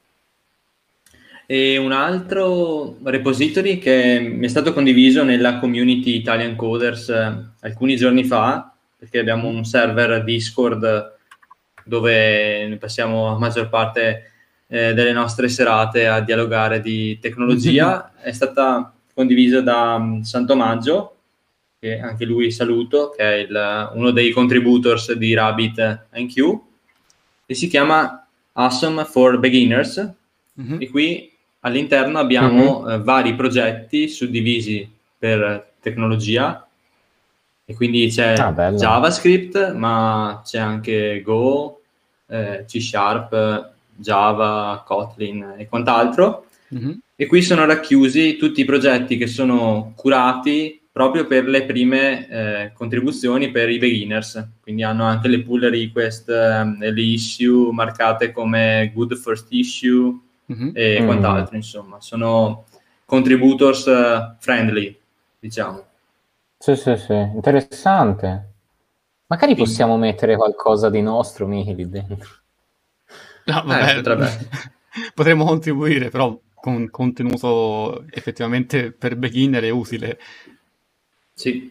Speaker 3: E un altro repository che mi è stato condiviso nella community Italian Coders alcuni giorni fa, perché abbiamo un server Discord dove passiamo la maggior parte delle nostre serate a dialogare di tecnologia, è stata condivisa da Santomaggio, che anche lui saluto, che è uno dei contributors di RabbitMQ, e si chiama Awesome for Beginners. E qui all'interno abbiamo vari progetti suddivisi per tecnologia, e quindi c'è JavaScript, ma c'è anche Go, C#, Java, Kotlin e quant'altro. E qui sono racchiusi tutti i progetti che sono curati proprio per le prime contribuzioni per i beginners, quindi hanno anche le pull request, le issue marcate come good first issue e quant'altro. Insomma, sono contributors friendly, diciamo.
Speaker 2: Sì, interessante. Magari possiamo mettere qualcosa di nostro, Michi, lì dentro.
Speaker 1: No, vabbè, potremmo contribuire, però con contenuto effettivamente per beginner e utile.
Speaker 3: Sì.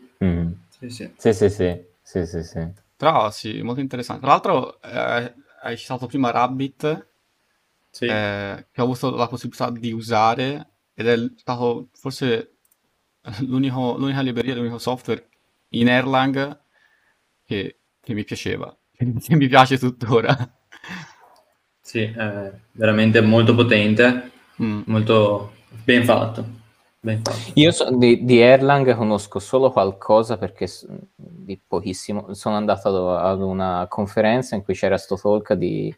Speaker 2: Sì.
Speaker 1: Però sì, molto interessante. Tra l'altro hai citato prima Rabbit, che ho avuto la possibilità di usare, ed è stato forse l'unica libreria, l'unico software in Erlang che mi piaceva, che mi piace tuttora.
Speaker 3: Sì, è veramente molto potente, molto ben fatto.
Speaker 2: Io di Erlang conosco solo qualcosa, perché di pochissimo sono andato ad una conferenza in cui c'era sto talk di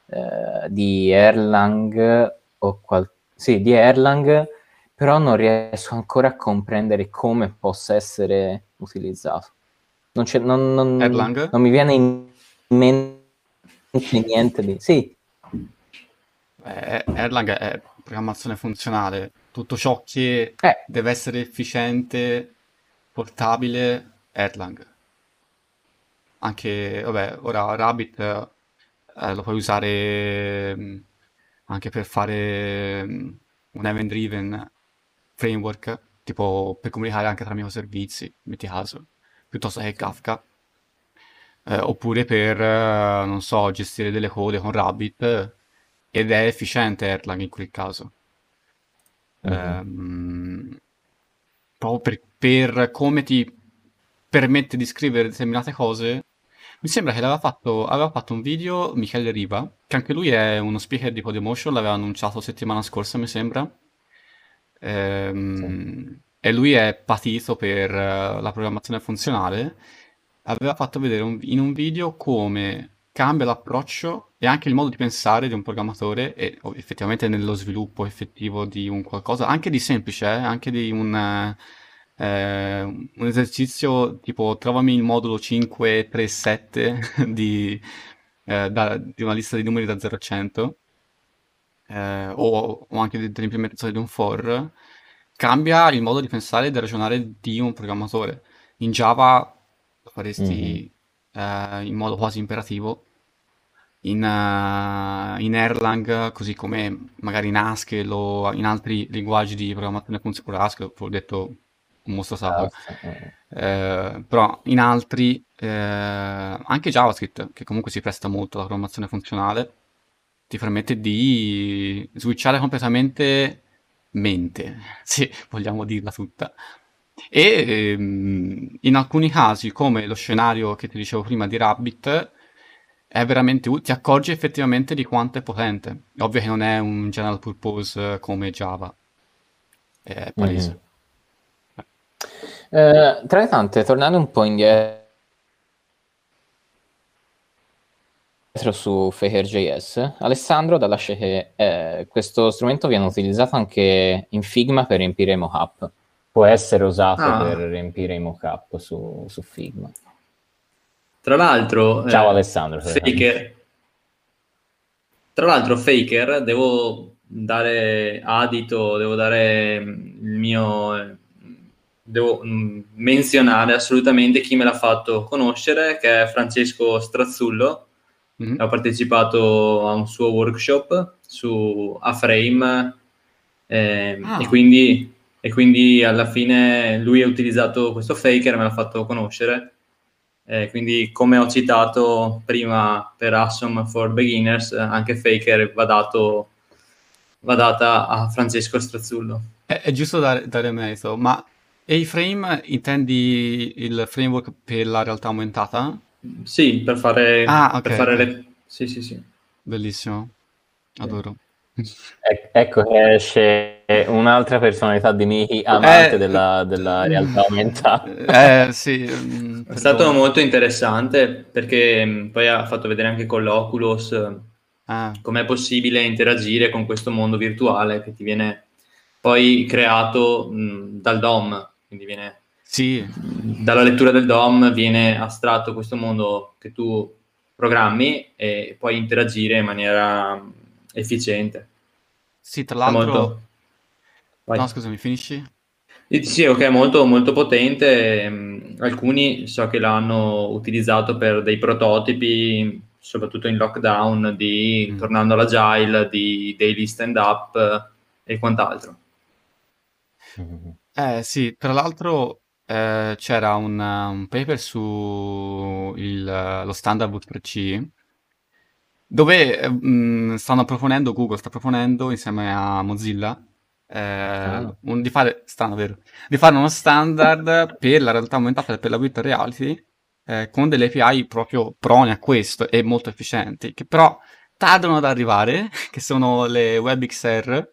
Speaker 2: Erlang di Erlang, però non riesco ancora a comprendere come possa essere utilizzato.
Speaker 1: Erlang?
Speaker 2: Non mi viene in mente niente di... Sì.
Speaker 1: Erlang è programmazione funzionale. Tutto ciò che deve essere efficiente, portabile, Erlang. Anche, vabbè, ora Rabbit lo puoi usare anche per fare un event-driven framework, tipo per comunicare anche tra microservizi, metti caso, piuttosto che Kafka. Oppure per, non so, gestire delle code con Rabbit, ed è efficiente Erlang in quel caso. Proprio per come ti permette di scrivere determinate cose. Mi sembra che aveva fatto un video Michele Riva, che anche lui è uno speaker di Codemotion, l'aveva annunciato settimana scorsa, mi sembra. E lui è patito per la programmazione funzionale. Aveva fatto vedere in un video come cambia l'approccio e anche il modo di pensare di un programmatore e effettivamente nello sviluppo effettivo di un qualcosa, anche di semplice, anche di un esercizio tipo trovami il modulo 537 di una lista di numeri da 0 a 100, o anche dell'implementazione di un for, cambia il modo di pensare e di ragionare di un programmatore. In Java lo faresti in modo quasi imperativo, in Erlang, così come magari in Haskell o in altri linguaggi di programmazione come Haskell, ho detto un mostro sacro. Però in altri, anche JavaScript, che comunque si presta molto alla programmazione funzionale, ti permette di switchare completamente mente, se vogliamo dirla tutta. E in alcuni casi, come lo scenario che ti dicevo prima di Rabbit, è veramente ti accorgi effettivamente di quanto è potente. È ovvio che non è un general purpose come Java, è palese.
Speaker 2: Tra le tante, tornando un po' indietro su Faker.js, Alessandro dà lascia che questo strumento viene utilizzato anche in Figma per riempire i mockup. Può essere usato per riempire i mockup su Figma.
Speaker 3: Tra l'altro,
Speaker 2: ciao Alessandro.
Speaker 3: Tra l'altro, Faker, devo dare adito, devo dare il mio... Devo menzionare assolutamente chi me l'ha fatto conoscere, che è Francesco Strazzullo. Ho partecipato a un suo workshop su A-Frame e quindi alla fine lui ha utilizzato questo Faker e me l'ha fatto conoscere. Quindi, come ho citato prima per Awesome for Beginners, anche Faker va data a Francesco Strazzullo.
Speaker 1: È giusto dare merito, ma A-Frame intendi il framework per la realtà aumentata?
Speaker 3: Sì, per fare,
Speaker 1: okay.
Speaker 3: Sì.
Speaker 1: Bellissimo, adoro.
Speaker 2: Ecco che esce un'altra personalità di Michi, amante della realtà aumentata.
Speaker 1: Sì.
Speaker 3: È stato molto interessante perché poi ha fatto vedere anche con l'Oculus com'è possibile interagire con questo mondo virtuale che ti viene poi creato dal DOM, quindi viene dalla lettura del DOM viene astratto questo mondo che tu programmi e puoi interagire in maniera efficiente.
Speaker 1: Sì, tra l'altro... No, scusami, finisci?
Speaker 3: Sì, ok, molto, molto potente. Alcuni so che l'hanno utilizzato per dei prototipi, soprattutto in lockdown, tornando all'agile, di daily stand-up e quant'altro.
Speaker 1: Sì, tra l'altro c'era un paper su lo standard Boot3C dove Google sta proponendo insieme a Mozilla di fare uno standard per la realtà aumentata e per la virtual reality con delle API proprio prone a questo e molto efficienti, che però tardano ad arrivare, che sono le WebXR.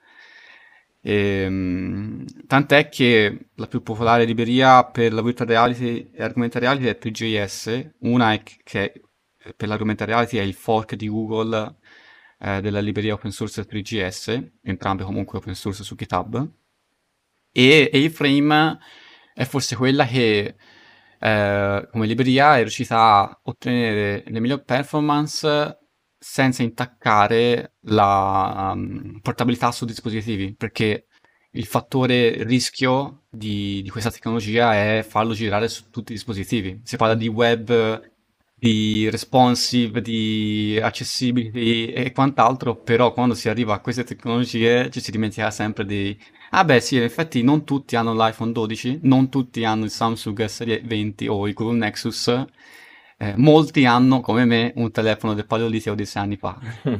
Speaker 1: Tant'è che la più popolare libreria per la virtual reality e augmented reality è 3JS, una che per l'augmented reality è il fork di Google della libreria open source 3GS, entrambe comunque open source su GitHub, e A-Frame è forse quella che come libreria è riuscita a ottenere le migliori performance senza intaccare la portabilità su dispositivi, perché il fattore rischio di questa tecnologia è farlo girare su tutti i dispositivi. Si parla di web, di responsive, di accessibility e quant'altro, però quando si arriva a queste tecnologie ci si dimentica sempre di beh sì, in effetti non tutti hanno l'iPhone 12, non tutti hanno il Samsung S20 o il Google Nexus, molti hanno, come me, un telefono del Paleolitico di 6 anni fa.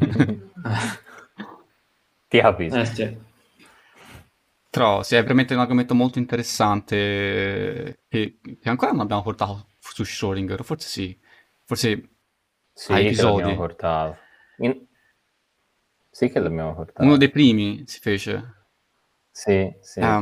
Speaker 2: Ti capisco.
Speaker 3: Sì.
Speaker 1: Però sì, è veramente un argomento molto interessante che ancora non abbiamo portato su Schrödinger, forse sì. Forse
Speaker 2: sì,
Speaker 1: a episodi.
Speaker 2: Che l'abbiamo portato. Sì che l'abbiamo portato.
Speaker 1: Uno dei primi si fece.
Speaker 2: Sì.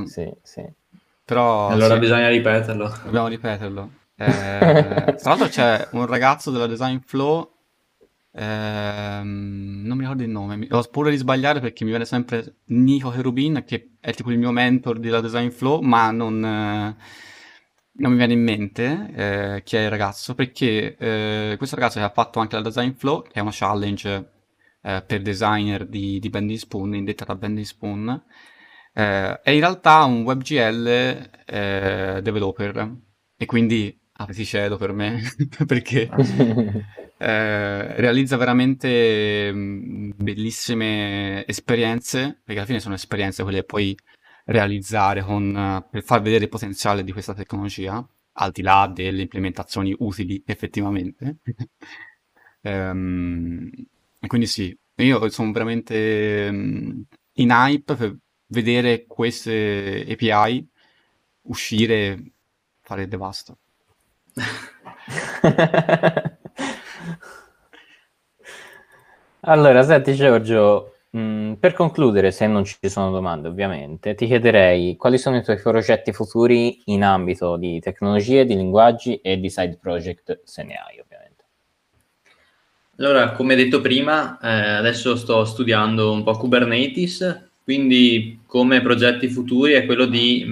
Speaker 1: Però
Speaker 3: allora bisogna ripeterlo.
Speaker 1: Dobbiamo ripeterlo. Tra l'altro c'è un ragazzo della Design Flow Non mi ricordo il nome, ho paura di sbagliare perché mi viene sempre Nico Cherubin, che è tipo il mio mentor della Design Flow, ma non mi viene in mente chi è il ragazzo, perché questo ragazzo che ha fatto anche la Design Flow, che è una challenge per designer di Bending Spoon, indetta da Bending Spoon, è in realtà un WebGL developer, e quindi apriti cielo per me, perché realizza veramente bellissime esperienze, perché alla fine sono esperienze quelle che puoi realizzare per far vedere il potenziale di questa tecnologia, al di là delle implementazioni utili effettivamente. E quindi sì, io sono veramente in hype per vedere queste API uscire, fare il devasto.
Speaker 2: Allora, senti Giorgio, per concludere, se non ci sono domande ovviamente, ti chiederei quali sono i tuoi progetti futuri in ambito di tecnologie, di linguaggi e di side project, se ne hai ovviamente.
Speaker 3: Allora, come detto prima, adesso sto studiando un po' Kubernetes, quindi come progetti futuri è quello di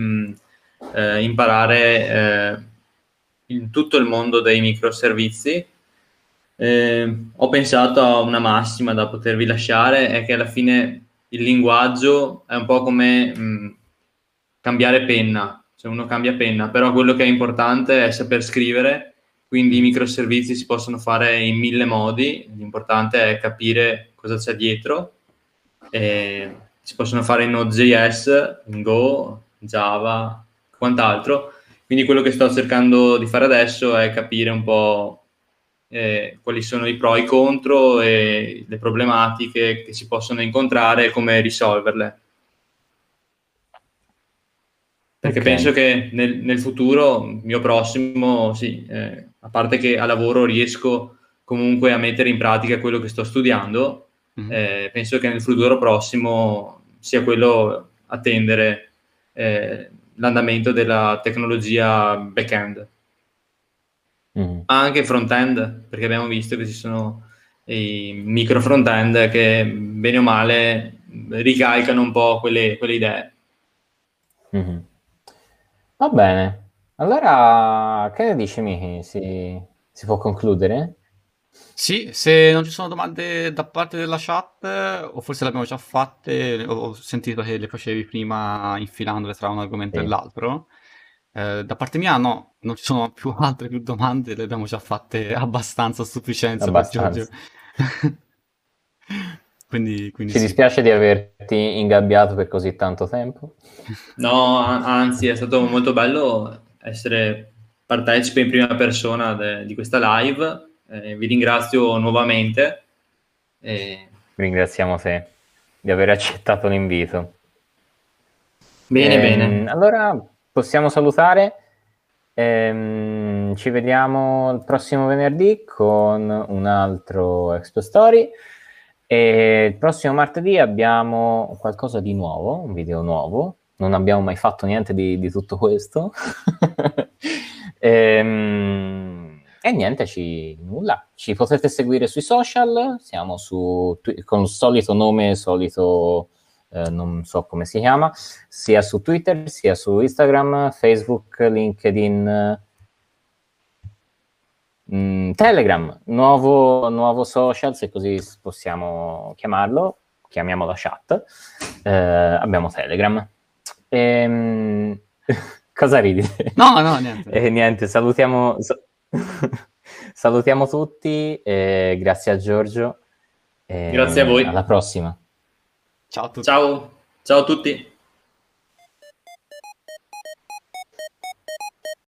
Speaker 3: imparare in tutto il mondo dei microservizi. Ho pensato a una massima da potervi lasciare, è che alla fine il linguaggio è un po' come cambiare penna, cioè uno cambia penna, però quello che è importante è saper scrivere, quindi i microservizi si possono fare in 1000 modi, l'importante è capire cosa c'è dietro, si possono fare in Node.js, in Go, Java, quant'altro, quindi quello che sto cercando di fare adesso è capire un po' quali sono i pro e i contro e le problematiche che si possono incontrare e come risolverle. Perché penso che nel futuro mio prossimo, sì, a parte che a lavoro riesco comunque a mettere in pratica quello che sto studiando, penso che nel futuro prossimo sia quello attendere l'andamento della tecnologia back-end. Anche front-end, perché abbiamo visto che ci sono i micro front-end che bene o male ricalcano un po' quelle idee.
Speaker 2: Va bene, allora che ne dici Miki? Si può concludere?
Speaker 1: Sì, se non ci sono domande da parte della chat, o forse le abbiamo già fatte, ho sentito che le facevi prima infilandole tra un argomento e
Speaker 2: Sì.
Speaker 1: l'altro. Da parte mia no, non ci sono più altre domande, le abbiamo già fatte abbastanza a sufficienza per Giorgio.
Speaker 2: Abbastanza.
Speaker 1: Quindi
Speaker 2: Ci
Speaker 1: sì.
Speaker 2: dispiace di averti ingabbiato per così tanto tempo.
Speaker 3: No, anzi, è stato molto bello essere partecipe in prima persona di questa live. Vi ringrazio nuovamente.
Speaker 2: Ringraziamo te di aver accettato l'invito.
Speaker 3: Bene.
Speaker 2: Allora possiamo salutare. Ci vediamo il prossimo venerdì con un altro Expo Story. E il prossimo martedì abbiamo qualcosa di nuovo, un video nuovo. Non abbiamo mai fatto niente di tutto questo. E niente, nulla. Ci potete seguire sui social, siamo con il solito nome, non so come si chiama, sia su Twitter, sia su Instagram, Facebook, LinkedIn, Telegram, nuovo social, se così possiamo chiamarlo, chiamiamo la chat. Abbiamo Telegram. Cosa ridi?
Speaker 1: No, niente.
Speaker 2: Niente, salutiamo tutti, grazie a Giorgio.
Speaker 3: Grazie a voi.
Speaker 2: Alla prossima.
Speaker 1: Ciao a tutti.
Speaker 3: Ciao a tutti.